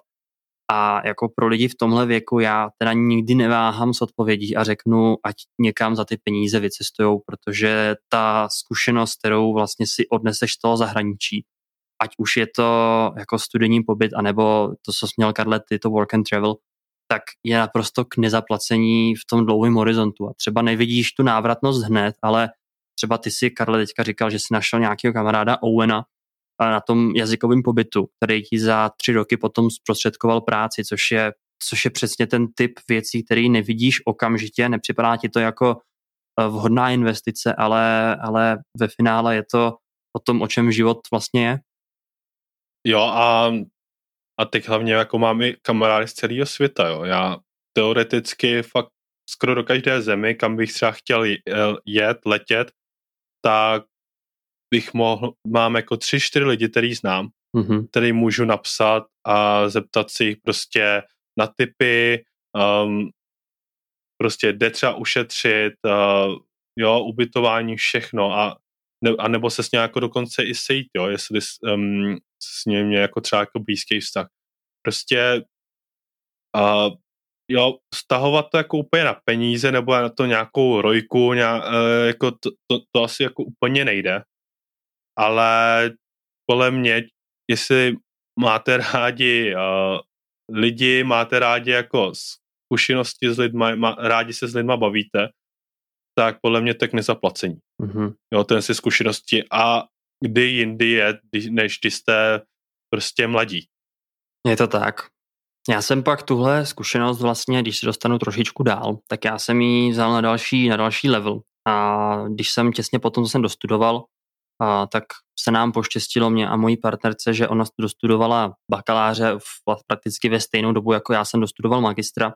A jako pro lidi v tomhle věku já teda nikdy neváhám s odpovědí a řeknu, ať někam za ty peníze vycestujou, protože ta zkušenost, kterou vlastně si odneseš z toho zahraničí, ať už je to jako studijní pobyt, anebo to, co jsi měl, Karle, ty to work and travel, tak je naprosto k nezaplacení v tom dlouhém horizontu. A třeba nevidíš tu návratnost hned, ale třeba ty si, Karle, teďka říkal, že jsi našel nějakého kamaráda Owena na tom jazykovém pobytu, který ti za tři roky potom zprostředkoval práci, což je, což je přesně ten typ věcí, který nevidíš okamžitě, nepřipadá ti to jako vhodná investice, ale, ale ve finále je to o tom, o čem život vlastně je. Jo a, a teď hlavně jako mám i kamarády z celého světa, jo. Já teoreticky fakt skoro do každé zemi, kam bych třeba chtěl jet, letět, tak bych mohl, mám jako tři, čtyři lidi, který znám, mm-hmm. který můžu napsat a zeptat si jich prostě na tipy, um, prostě jde třeba ušetřit, uh, jo, ubytování, všechno a, ne, a nebo se s ním jako dokonce i sejít, jo, jestli um, s ním je jako třeba jako blízký vztah. Prostě uh, jo, stahovat to jako úplně na peníze nebo na to nějakou rojku, nějak, uh, jako to, to, to asi jako úplně nejde. Ale podle mě, jestli máte rádi uh, lidi, máte rádi jako zkušenosti s lidma, má, rádi se s lidma bavíte, tak podle mě tak nezaplacení. Mm-hmm. Jo, ten si zkušenosti a kdy jindy je, než když jste prostě mladí. Je to tak. Já jsem pak tuhle zkušenost vlastně, když se dostanu trošičku dál, tak já jsem ji vzal na další, na další level. A když jsem těsně potom, co jsem dostudoval, a tak se nám poštěstilo mě a mojí partnerce, že ona dostudovala bakaláře v, prakticky ve stejnou dobu, jako já jsem dostudoval magistra.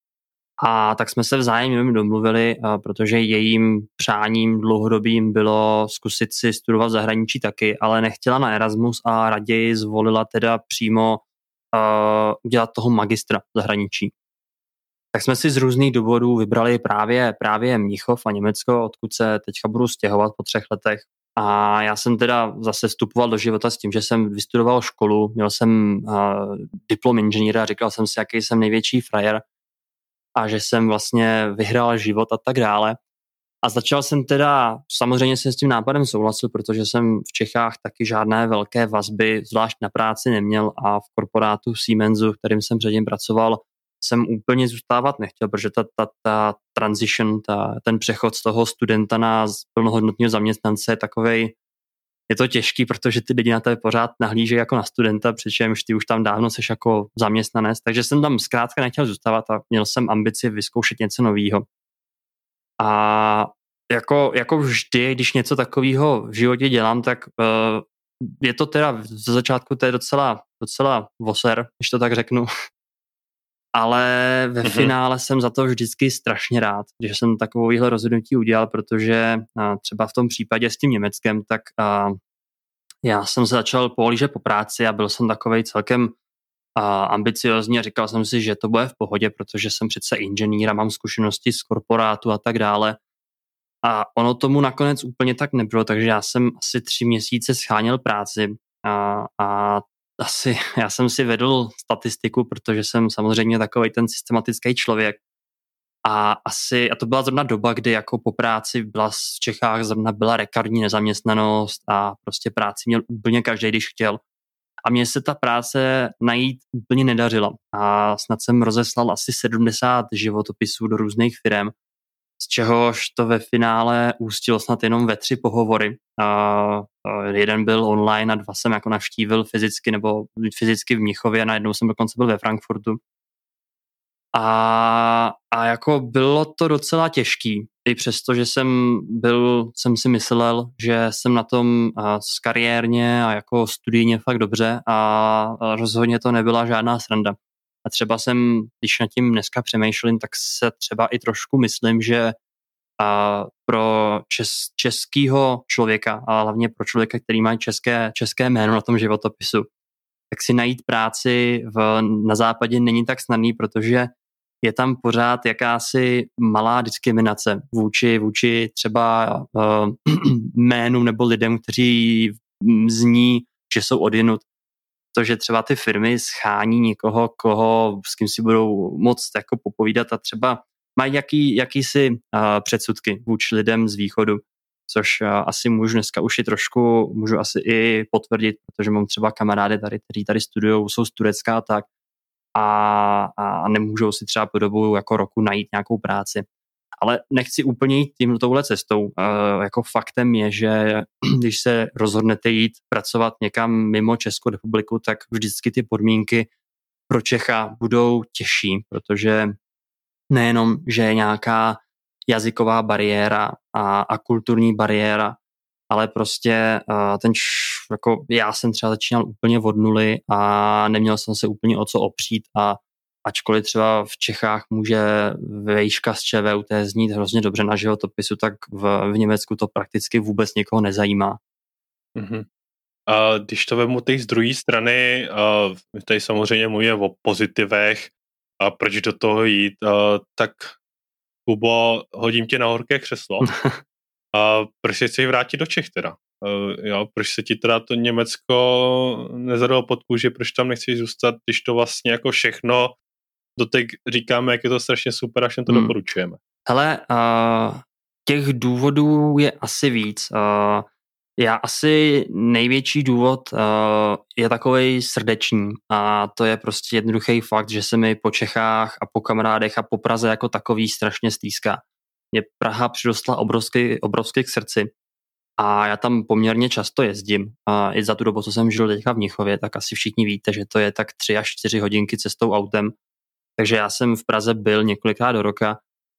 A tak jsme se vzájemně domluvili, protože jejím přáním dlouhodobým bylo zkusit si studovat v zahraničí taky, ale nechtěla na Erasmus a raději zvolila teda přímo uh, udělat toho magistra v zahraničí. Tak jsme si z různých důvodů vybrali právě, právě Mnichov a Německo, odkud se teďka budu stěhovat po třech letech. A já jsem teda zase vstupoval do života s tím, že jsem vystudoval školu, měl jsem uh, diplom inženýra, říkal jsem si, jaký jsem největší frajer a že jsem vlastně vyhrál život a tak dále. A začal jsem teda, samozřejmě jsem s tím nápadem souhlasil, protože jsem v Čechách taky žádné velké vazby, zvlášť na práci neměl a v korporátu Siemensu, v kterým jsem předtím pracoval, jsem úplně zůstávat nechtěl, protože ta, ta, ta transition, ta, ten přechod z toho studenta na plnohodnotného zaměstnance je takovej, je to těžký, protože ty lidi na tebe pořád nahlížejí jako na studenta, přičemž ty už tam dávno seš jako zaměstnanec, takže jsem tam zkrátka nechtěl zůstávat a měl jsem ambici vyzkoušet něco nového. A jako, jako vždy, když něco takového v životě dělám, tak uh, je to teda ze začátku to je docela, docela voser, když to tak řeknu. Ale ve mm-hmm. finále jsem za to vždycky strašně rád, že jsem takovýhle rozhodnutí udělal, protože uh, třeba v tom případě s tím Německem, tak uh, já jsem se začal pohlížet po práci a byl jsem takovej celkem uh, ambiciozní a říkal jsem si, že to bude v pohodě, protože jsem přece inženýr a mám zkušenosti z korporátu a tak dále. A ono tomu nakonec úplně tak nebylo, takže já jsem asi tři měsíce scháněl práci a, a asi já jsem si vedl statistiku, protože jsem samozřejmě takovej ten systematický člověk. A asi, a to byla zrovna doba, kdy jako po práci byla v Čechách zrovna byla rekordní nezaměstnanost a prostě práci měl úplně každý, když chtěl. A mně se ta práce najít úplně nedařila. A snad jsem rozeslal asi sedmdesát životopisů do různých firem, z čehož to ve finále ústilo snad jenom ve tři pohovory. A, a jeden byl online a dva jsem jako navštívil fyzicky nebo fyzicky v Mnichově a najednou jsem dokonce byl ve Frankfurtu. A, a jako bylo to docela těžký, i přesto, že jsem byl, jsem si myslel, že jsem na tom z kariérně a jako studijně fakt dobře a rozhodně to nebyla žádná sranda. A třeba jsem, když nad tím dneska přemýšlím, tak se třeba i trošku myslím, že a pro čes, českýho člověka a hlavně pro člověka, který má české, české jméno na tom životopisu, tak si najít práci v, na západě není tak snadný, protože je tam pořád jakási malá diskriminace vůči, vůči třeba uh, jménům nebo lidem, kteří zní, že jsou odjinud. To, že třeba ty firmy schání někoho, koho, s kým si budou moct jako popovídat a třeba mají jaký, jakýsi uh, předsudky vůči lidem z východu, což uh, asi můžu dneska už i trošku, můžu asi i potvrdit, protože mám třeba kamarády tady, kteří tady studujou, jsou z Turecka a tak a, a nemůžou si třeba po dobu jako roku najít nějakou práci. Ale nechci úplně jít tím touhle cestou. Uh, jako faktem je, že když se rozhodnete jít pracovat někam mimo Českou republiku, tak vždycky ty podmínky pro Čecha budou těžší, protože nejenom, že je nějaká jazyková bariéra a, a kulturní bariéra, ale prostě uh, ten č, jako já jsem třeba začínal úplně od nuly a neměl jsem se úplně o co opřít a ačkoliv třeba v Čechách může vejška z ČVUT znít hrozně dobře na životopisu, tak v, v Německu to prakticky vůbec nikoho nezajímá. Mm-hmm. A když to vemu teď z druhé strany, uh, tady samozřejmě mluvíme o pozitivech a proč do toho jít, uh, tak Kubo, hodím tě na horké křeslo. A proč se chceš vrátit do Čech teda? Uh, jo, proč se ti teda to Německo nezadalo pod kůži, proč tam nechceš zůstat, když to vlastně jako všechno doteď říkáme, jak je to strašně super a všem to hmm. doporučujeme. Hele, uh, těch důvodů je asi víc. Uh, já asi největší důvod uh, je takovej srdeční a to je prostě jednoduchý fakt, že se mi po Čechách a po kamarádech a po Praze jako takový strašně stýská. Mě Praha přirostla obrovsky, obrovsky k srdci a já tam poměrně často jezdím. A i za tu dobu, co jsem žil teďka v Mnichově, tak asi všichni víte, že to je tak tři až čtyři hodinky cestou autem. Takže já jsem v Praze byl několikrát do roka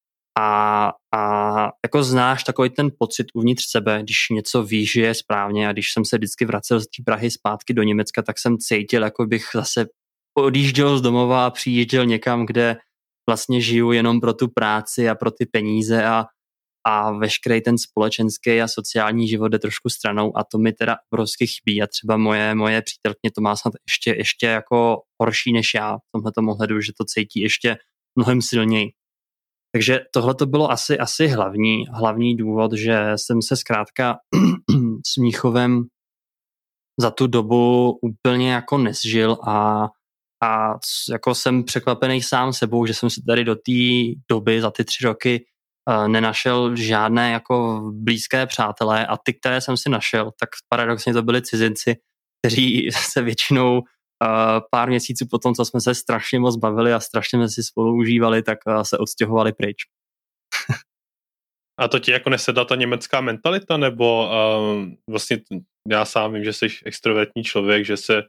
a, a jako znáš takový ten pocit uvnitř sebe, když něco víš, že je správně a když jsem se vždycky vracel z té Prahy zpátky do Německa, tak jsem cítil, jako bych zase odjížděl z domova a přijížděl někam, kde vlastně žiju jenom pro tu práci a pro ty peníze a, a veškerý ten společenský a sociální život jde trošku stranou a to mi teda obrovsky chybí a třeba moje, moje přítelkyně to má snad ještě, ještě jako horší než já v tomhletom ohledu, že to cítí ještě mnohem silněji. Takže tohle to bylo asi, asi hlavní, hlavní důvod, že jsem se zkrátka s Mnichovem za tu dobu úplně jako nezžil a A jako jsem překvapený sám sebou, že jsem si tady do té doby, za ty tři roky, uh, nenašel žádné jako blízké přátelé a ty, které jsem si našel, tak paradoxně to byli cizinci, kteří se většinou uh, pár měsíců potom, co jsme se strašně moc bavili a strašně jsme si spolu užívali, tak uh, se odstěhovali pryč. A to ti jako nesedla ta německá mentalita, nebo uh, vlastně já sám vím, že jsi extrovertní člověk, že se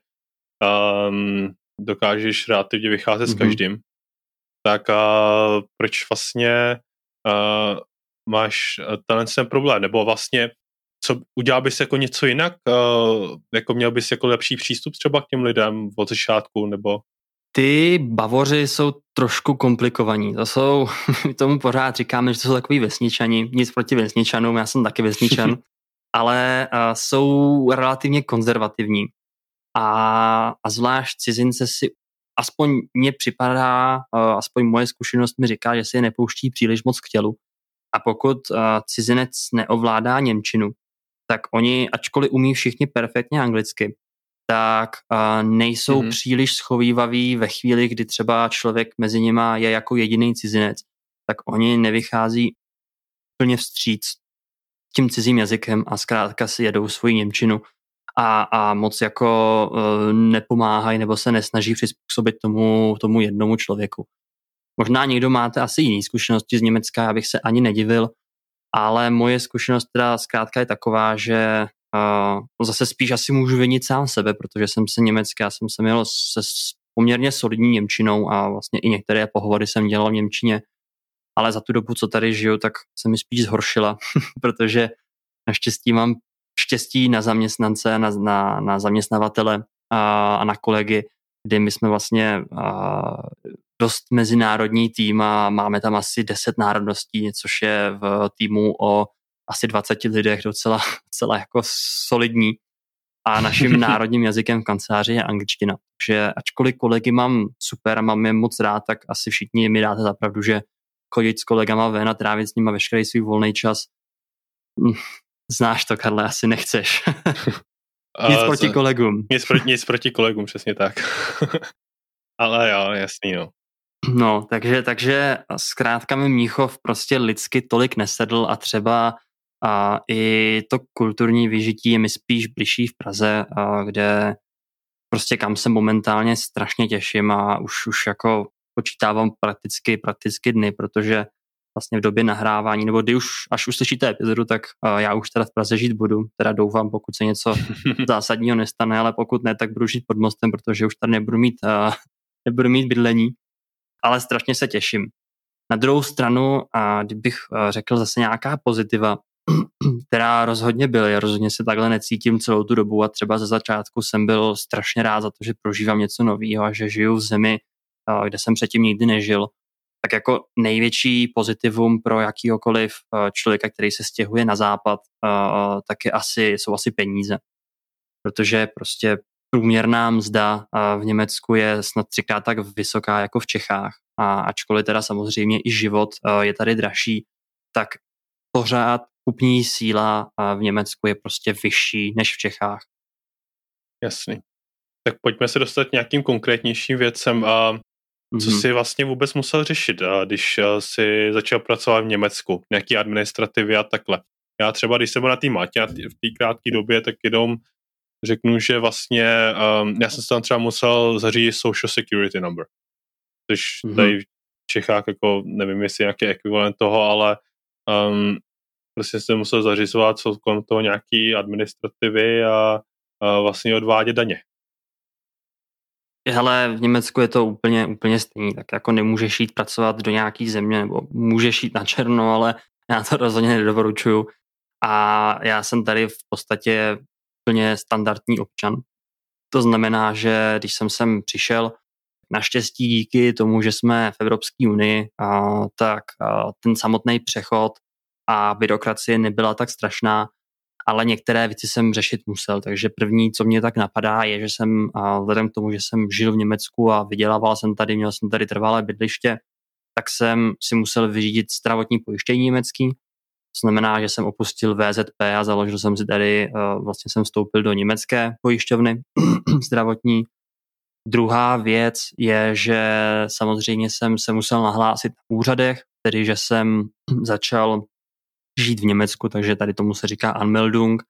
um, dokážeš relativně vycházet mm-hmm. s každým, tak uh, proč vlastně uh, máš tenhle ten problém, nebo vlastně co udělal bys jako něco jinak, uh, jako měl bys jako lepší přístup třeba k těm lidem od začátku, nebo? Ty Bavoři jsou trošku komplikovaní, to jsou, my tomu pořád říkáme, že to jsou takový vesničani, nic proti vesničanům, já jsem taky vesničan, ale uh, jsou relativně konzervativní. A, a zvlášť cizince si, aspoň mně připadá, uh, aspoň moje zkušenost mi říká, že si je nepouští příliš moc k tělu. A pokud uh, cizinec neovládá němčinu, tak oni, ačkoliv umí všichni perfektně anglicky, tak uh, nejsou mm-hmm. příliš schovývaví ve chvíli, kdy třeba člověk mezi nima je jako jediný cizinec. tak oni nevychází plně vstříc tím cizím jazykem a zkrátka si jedou svoji němčinu a, a moc jako uh, nepomáhají nebo se nesnaží přizpůsobit tomu, tomu jednomu člověku. Možná někdo máte asi jiný zkušenosti z Německa, abych se ani nedivil, ale moje zkušenost teda zkrátka je taková, že uh, zase spíš asi můžu vinit sám sebe, protože jsem se německy, já jsem se měl se poměrně solidní němčinou a vlastně i některé pohovory jsem dělal v němčině, ale za tu dobu, co tady žiju, tak se mi spíš zhoršila, protože naštěstí mám štěstí na zaměstnance, na, na, na zaměstnavatele a, a na kolegy, kdy my jsme vlastně a, dost mezinárodní tým a máme tam asi deset národností, což je v týmu o asi dvaceti lidech docela, docela jako solidní. A naším národním jazykem v kanceláři je angličtina. Takže ačkoliv kolegy mám super a mám je moc rád, tak asi všichni mi dáte za pravdu, že chodit s kolegama ven a trávit s nima veškerý svůj volný čas. Znáš to, Karle, asi nechceš. Nic uh, proti co? kolegům. Nic, pro, nic proti kolegům, přesně tak. Ale jo, jasný, no. No, takže, takže zkrátka mi Mnichov prostě lidsky tolik nesedl a třeba a i to kulturní vyžití je mi spíš bližší v Praze, a kde prostě kam se momentálně strašně těším a už, už jako počítávám prakticky, prakticky dny, protože vlastně v době nahrávání, nebo kdy už, až uslyšíte epizodu, tak uh, já už teda v Praze žít budu, teda doufám, pokud se něco zásadního nestane, ale pokud ne, tak budu žít pod mostem, protože už tady nebudu mít, uh, nebudu mít bydlení, ale strašně se těším. Na druhou stranu, uh, kdybych uh, řekl zase nějaká pozitiva, která rozhodně byly, rozhodně se takhle necítím celou tu dobu a třeba ze začátku jsem byl strašně rád za to, že prožívám něco nového a že žiju v zemi, uh, kde jsem předtím nikdy nežil. Tak jako největší pozitivum pro jakýhokoliv člověka, který se stěhuje na západ, tak je asi, jsou asi peníze. Protože prostě průměrná mzda v Německu je snad třikrát tak vysoká jako v Čechách. A ačkoliv teda samozřejmě i život je tady dražší, tak pořád kupní síla v Německu je prostě vyšší než v Čechách. Jasný. Tak pojďme se dostat k nějakým konkrétnějším věcem. A co jsi vlastně vůbec musel řešit, když jsi začal pracovat v Německu, nějaký administrativy a takhle. Já třeba, když jsem byl na té Maltě v té krátké době, tak jenom řeknu, že vlastně um, já jsem se tam třeba musel zařídit Social Security Number, což mm-hmm. tady v Čechách jako nevím, jestli je nějaký ekvivalent toho, ale um, prostě jsem musel zařizovat kolem toho nějaký administrativy a, a vlastně odvádět daně. Hele, v Německu je to úplně, úplně stejný, tak jako nemůžeš jít pracovat do nějaký země, nebo můžeš jít na černo, ale já to rozhodně nedoporučuju. A já jsem tady v podstatě úplně standardní občan. To znamená, že když jsem sem přišel, naštěstí díky tomu, že jsme v Evropské unii, a, tak a, ten samotný přechod a byrokracie nebyla tak strašná, ale některé věci jsem řešit musel, takže první, co mě tak napadá, je, že jsem vzhledem k tomu, že jsem žil v Německu a vydělával jsem tady, měl jsem tady trvalé bydliště, tak jsem si musel vyřídit zdravotní pojištění německý. To znamená, že jsem opustil V Z P a založil jsem si tady, vlastně jsem vstoupil do německé pojišťovny zdravotní. Druhá věc je, že samozřejmě jsem se musel nahlásit na úřadech, tedy že jsem začal žít v Německu, takže tady tomu se říká Anmeldung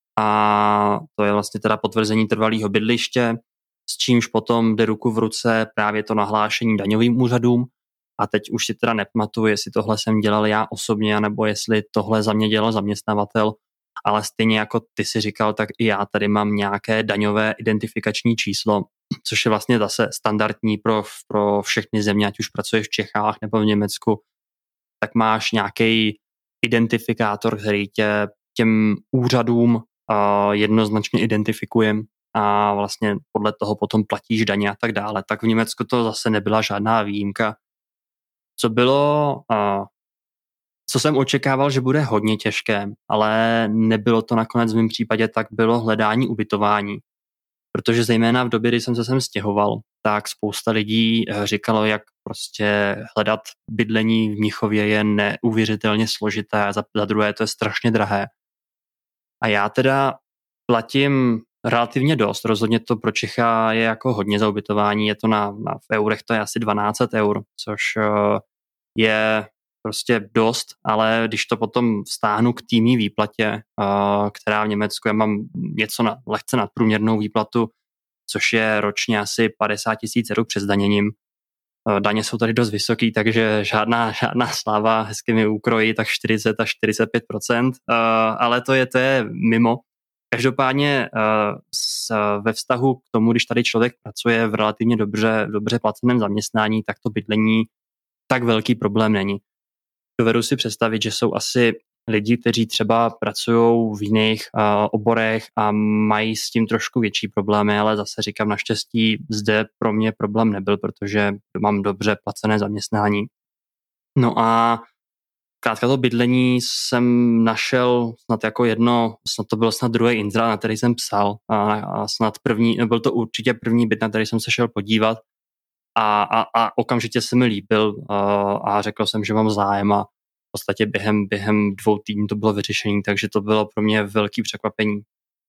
a to je vlastně teda potvrzení trvalého bydliště, s čímž potom jde ruku v ruce právě to nahlášení daňovým úřadům a teď už si teda nepamatuju, jestli tohle jsem dělal já osobně, nebo jestli tohle za mě dělal zaměstnavatel, ale stejně jako ty si říkal, tak i já tady mám nějaké daňové identifikační číslo, což je vlastně zase standardní pro, pro všechny země, ať už pracuješ v Čechách nebo v Německu, tak máš nějaký identifikátor, který tě těm úřadům uh, jednoznačně identifikuje a vlastně podle toho potom platíš daně a tak dále. Tak v Německu to zase nebyla žádná výjimka. Co bylo, uh, co jsem očekával, že bude hodně těžké, ale nebylo to nakonec v mém případě, tak bylo hledání ubytování. Protože zejména v době, kdy jsem se sem stěhoval, tak spousta lidí říkalo, jak prostě hledat bydlení v Mnichově je neuvěřitelně složité a za, za druhé to je strašně drahé. A já teda platím relativně dost, rozhodně to pro Čecha je jako hodně za ubytování, je to na, na v eurech to je asi dvanáct set eur, což uh, je prostě dost, ale když to potom vztáhnu k týmní výplatě, která v Německu, já mám něco na, lehce nadprůměrnou výplatu, což je ročně asi padesát tisíc eur přes daněním. Daně jsou tady dost vysoký, takže žádná, žádná sláva, hezky mi ukrojí, tak čtyřicet až čtyřicet pět procent, ale to je, to je mimo. Každopádně ve vztahu k tomu, když tady člověk pracuje v relativně dobře, dobře placeném zaměstnání, tak to bydlení tak velký problém není. Dovedu si představit, že jsou asi lidi, kteří třeba pracují v jiných uh, oborech a mají s tím trošku větší problémy, ale zase říkám, naštěstí zde pro mě problém nebyl, protože mám dobře placené zaměstnání. No a zkrátka to bydlení jsem našel snad jako jedno, snad to byl snad druhý inzerát, na který jsem psal a, a snad první, byl to určitě první byt, na který jsem se šel podívat a, a, a okamžitě se mi líbil a, a řekl jsem, že mám zájem a v podstatě během, během dvou týdnů to bylo vyřešení, takže to bylo pro mě velký překvapení.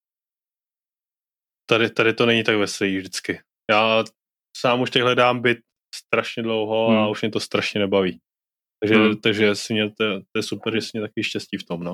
Tady, tady to není tak veselý vždycky. Já sám už teď hledám byt strašně dlouho hmm. a už mě to strašně nebaví. Takže, hmm. takže si mě, to, to je super, že jsi mě taky štěstí v tom, no.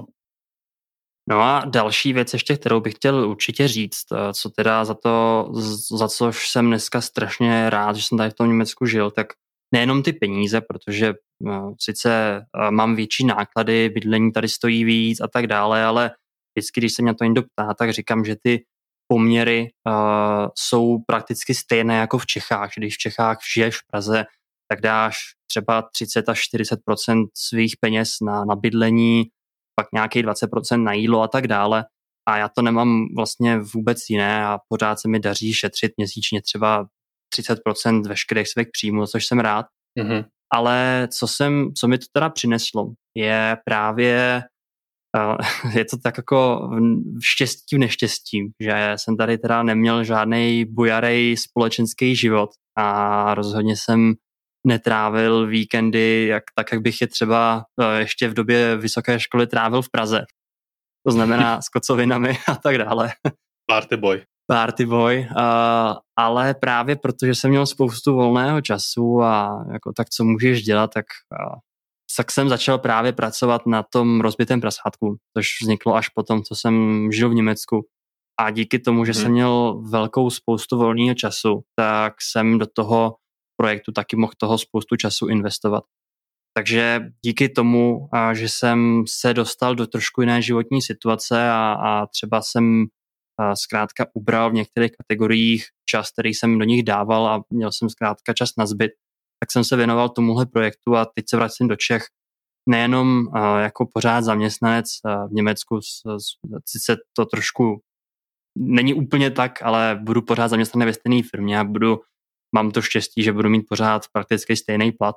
No a další věc ještě, kterou bych chtěl určitě říct, co teda za to, za což jsem dneska strašně rád, že jsem tady v tom Německu žil, tak nejenom ty peníze, protože no, sice mám větší náklady, bydlení tady stojí víc a tak dále, ale vždycky, když se mě to někdo ptá, tak říkám, že ty poměry uh, jsou prakticky stejné jako v Čechách. Když v Čechách žiješ v Praze, tak dáš třeba třicet až čtyřicet procent svých peněz na, na bydlení, pak nějakých dvacet procent na jídlo a tak dále. A já to nemám vlastně vůbec jiné a pořád se mi daří šetřit měsíčně třeba třicet procent veškerých svých příjmů, což jsem rád. Mm-hmm. Ale co, jsem, co mi to teda přineslo, je právě, uh, je to tak jako v štěstí v neštěstí, že jsem tady teda neměl žádnej bujarej společenský život a rozhodně jsem netrávil víkendy jak, tak, jak bych je třeba uh, ještě v době vysoké školy trávil v Praze. To znamená s kocovinami a tak dále. Party boy. Party boy, uh, ale právě protože jsem měl spoustu volného času a jako tak, co můžeš dělat, tak, uh, tak jsem začal právě pracovat na tom rozbitém prasátku, což vzniklo až potom, co jsem žil v Německu. A díky tomu, že hmm. jsem měl velkou spoustu volného času, tak jsem do toho projektu taky mohl toho spoustu času investovat. Takže díky tomu, uh, že jsem se dostal do trošku jiné životní situace a, a třeba jsem zkrátka ubral v některých kategoriích čas, který jsem do nich dával a měl jsem zkrátka čas na zbyt, tak jsem se věnoval tomuhle projektu a teď se vracím do Čech nejenom uh, jako pořád zaměstnanec uh, v Německu, sice to trošku není úplně tak, ale budu pořád zaměstnaný ve stejné firmě a budu, mám to štěstí, že budu mít pořád prakticky stejný plat.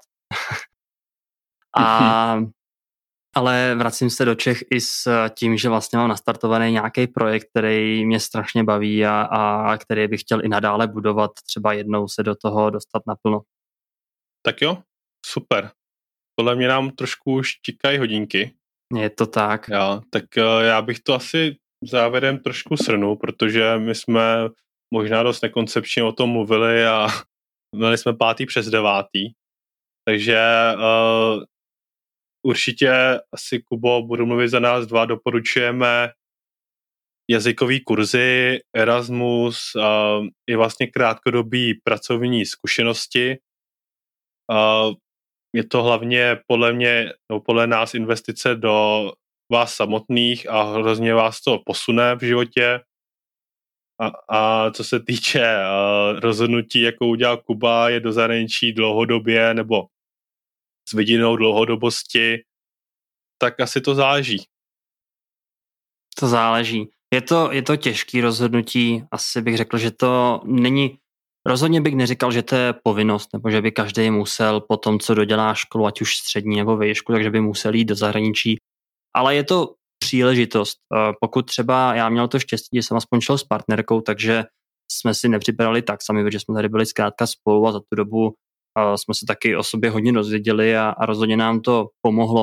a Ale vracím se do Čech i s tím, že vlastně mám nastartovaný nějaký projekt, který mě strašně baví a, a který bych chtěl i nadále budovat, třeba jednou se do toho dostat naplno. Tak jo, super. Podle mě nám trošku už tikají hodinky. Je to tak. Já, tak já bych to asi závěrem trošku shrnul, protože my jsme možná dost nekoncepčně o tom mluvili a měli jsme pátý přes devátý. Takže uh, určitě asi, Kubo, budu mluvit za nás dva, doporučujeme jazykový kurzy, Erasmus, uh, i vlastně krátkodobý pracovní zkušenosti. Uh, je to hlavně podle mě, no podle nás investice do vás samotných a hrozně vás to posune v životě. A, a co se týče uh, rozhodnutí, jako udělal Kuba, je do zahraničí dlouhodobě nebo s vidinou dlouhodobosti, tak asi to záleží. To záleží. Je to, je to těžký rozhodnutí, asi bych řekl, že to není, rozhodně bych neříkal, že to je povinnost, nebo že by každý musel po tom, co dodělá školu, ať už střední nebo výšku, takže by musel jít do zahraničí. Ale je to příležitost. Pokud třeba já měl to štěstí, že jsem aspoň šel s partnerkou, takže jsme si nepřipadali tak sami, protože jsme tady byli zkrátka spolu a za tu dobu jsme se taky o sobě hodně dozvěděli a, a rozhodně nám to pomohlo.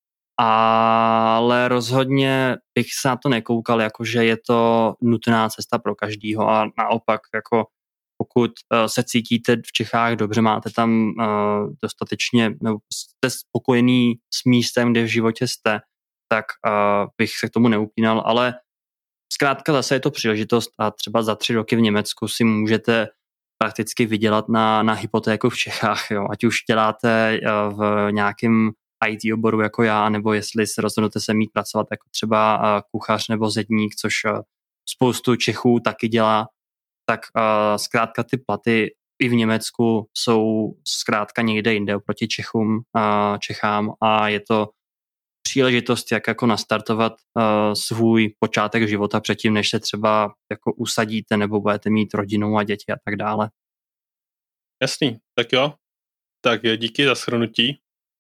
Ale rozhodně bych se na to nekoukal, jako že je to nutná cesta pro každýho a naopak jako pokud uh, se cítíte v Čechách dobře, máte tam uh, dostatečně, nebo jste spokojený s místem, kde v životě jste, tak uh, bych se k tomu neupínal, ale zkrátka zase je to příležitost a třeba za tři roky v Německu si můžete prakticky vydělat na, na hypotéku v Čechách, jo. Ať už děláte uh, v nějakém í té oboru jako já, nebo jestli se rozhodnete se mít pracovat jako třeba uh, kuchař nebo zedník, což uh, spoustu Čechů taky dělá, tak uh, zkrátka ty platy i v Německu jsou zkrátka někde jinde oproti Čechům, uh, Čechám a je to příležitost, jak jako nastartovat uh, svůj počátek života předtím, než se třeba jako usadíte nebo budete mít rodinu a děti a tak dále. Jasný, tak jo. Tak díky za shrnutí.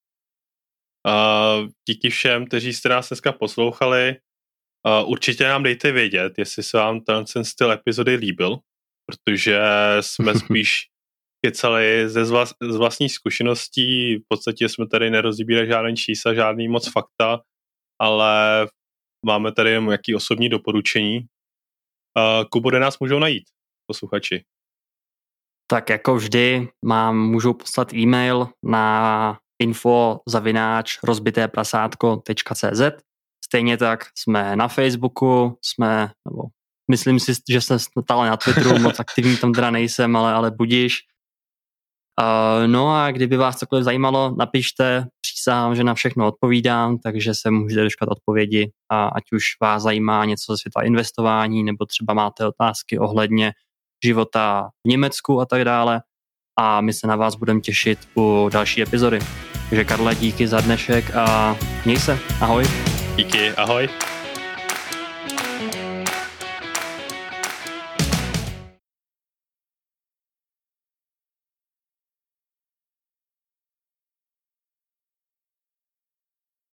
Uh, díky všem, kteří jste nás dneska poslouchali. Uh, určitě nám dejte vědět, jestli se vám ten, ten styl epizody líbil, protože jsme spíš kecali ze zvlas, z vlastní zkušeností, v podstatě jsme tady nerozbírali žádný čísla, žádný moc fakta, ale máme tady jen jaký osobní doporučení. Uh, Kubo, kde nás můžou najít, posluchači? Tak jako vždy mám, můžou poslat e-mail na info zavináč rozbité prasátko tečka cé zet. Stejně tak jsme na Facebooku, jsme, nebo myslím si, že jsem stále na Twitteru, moc aktivní tam teda nejsem, ale, ale budíš. Uh, no a kdyby vás cokoliv zajímalo, napište, přísahám, že na všechno odpovídám, takže se můžete dočkat odpovědi a ať už vás zajímá něco ze světa investování, nebo třeba máte otázky ohledně života v Německu a tak dále a my se na vás budeme těšit u další epizody. Takže Karle, díky za dnešek a měj se, ahoj. Díky, ahoj.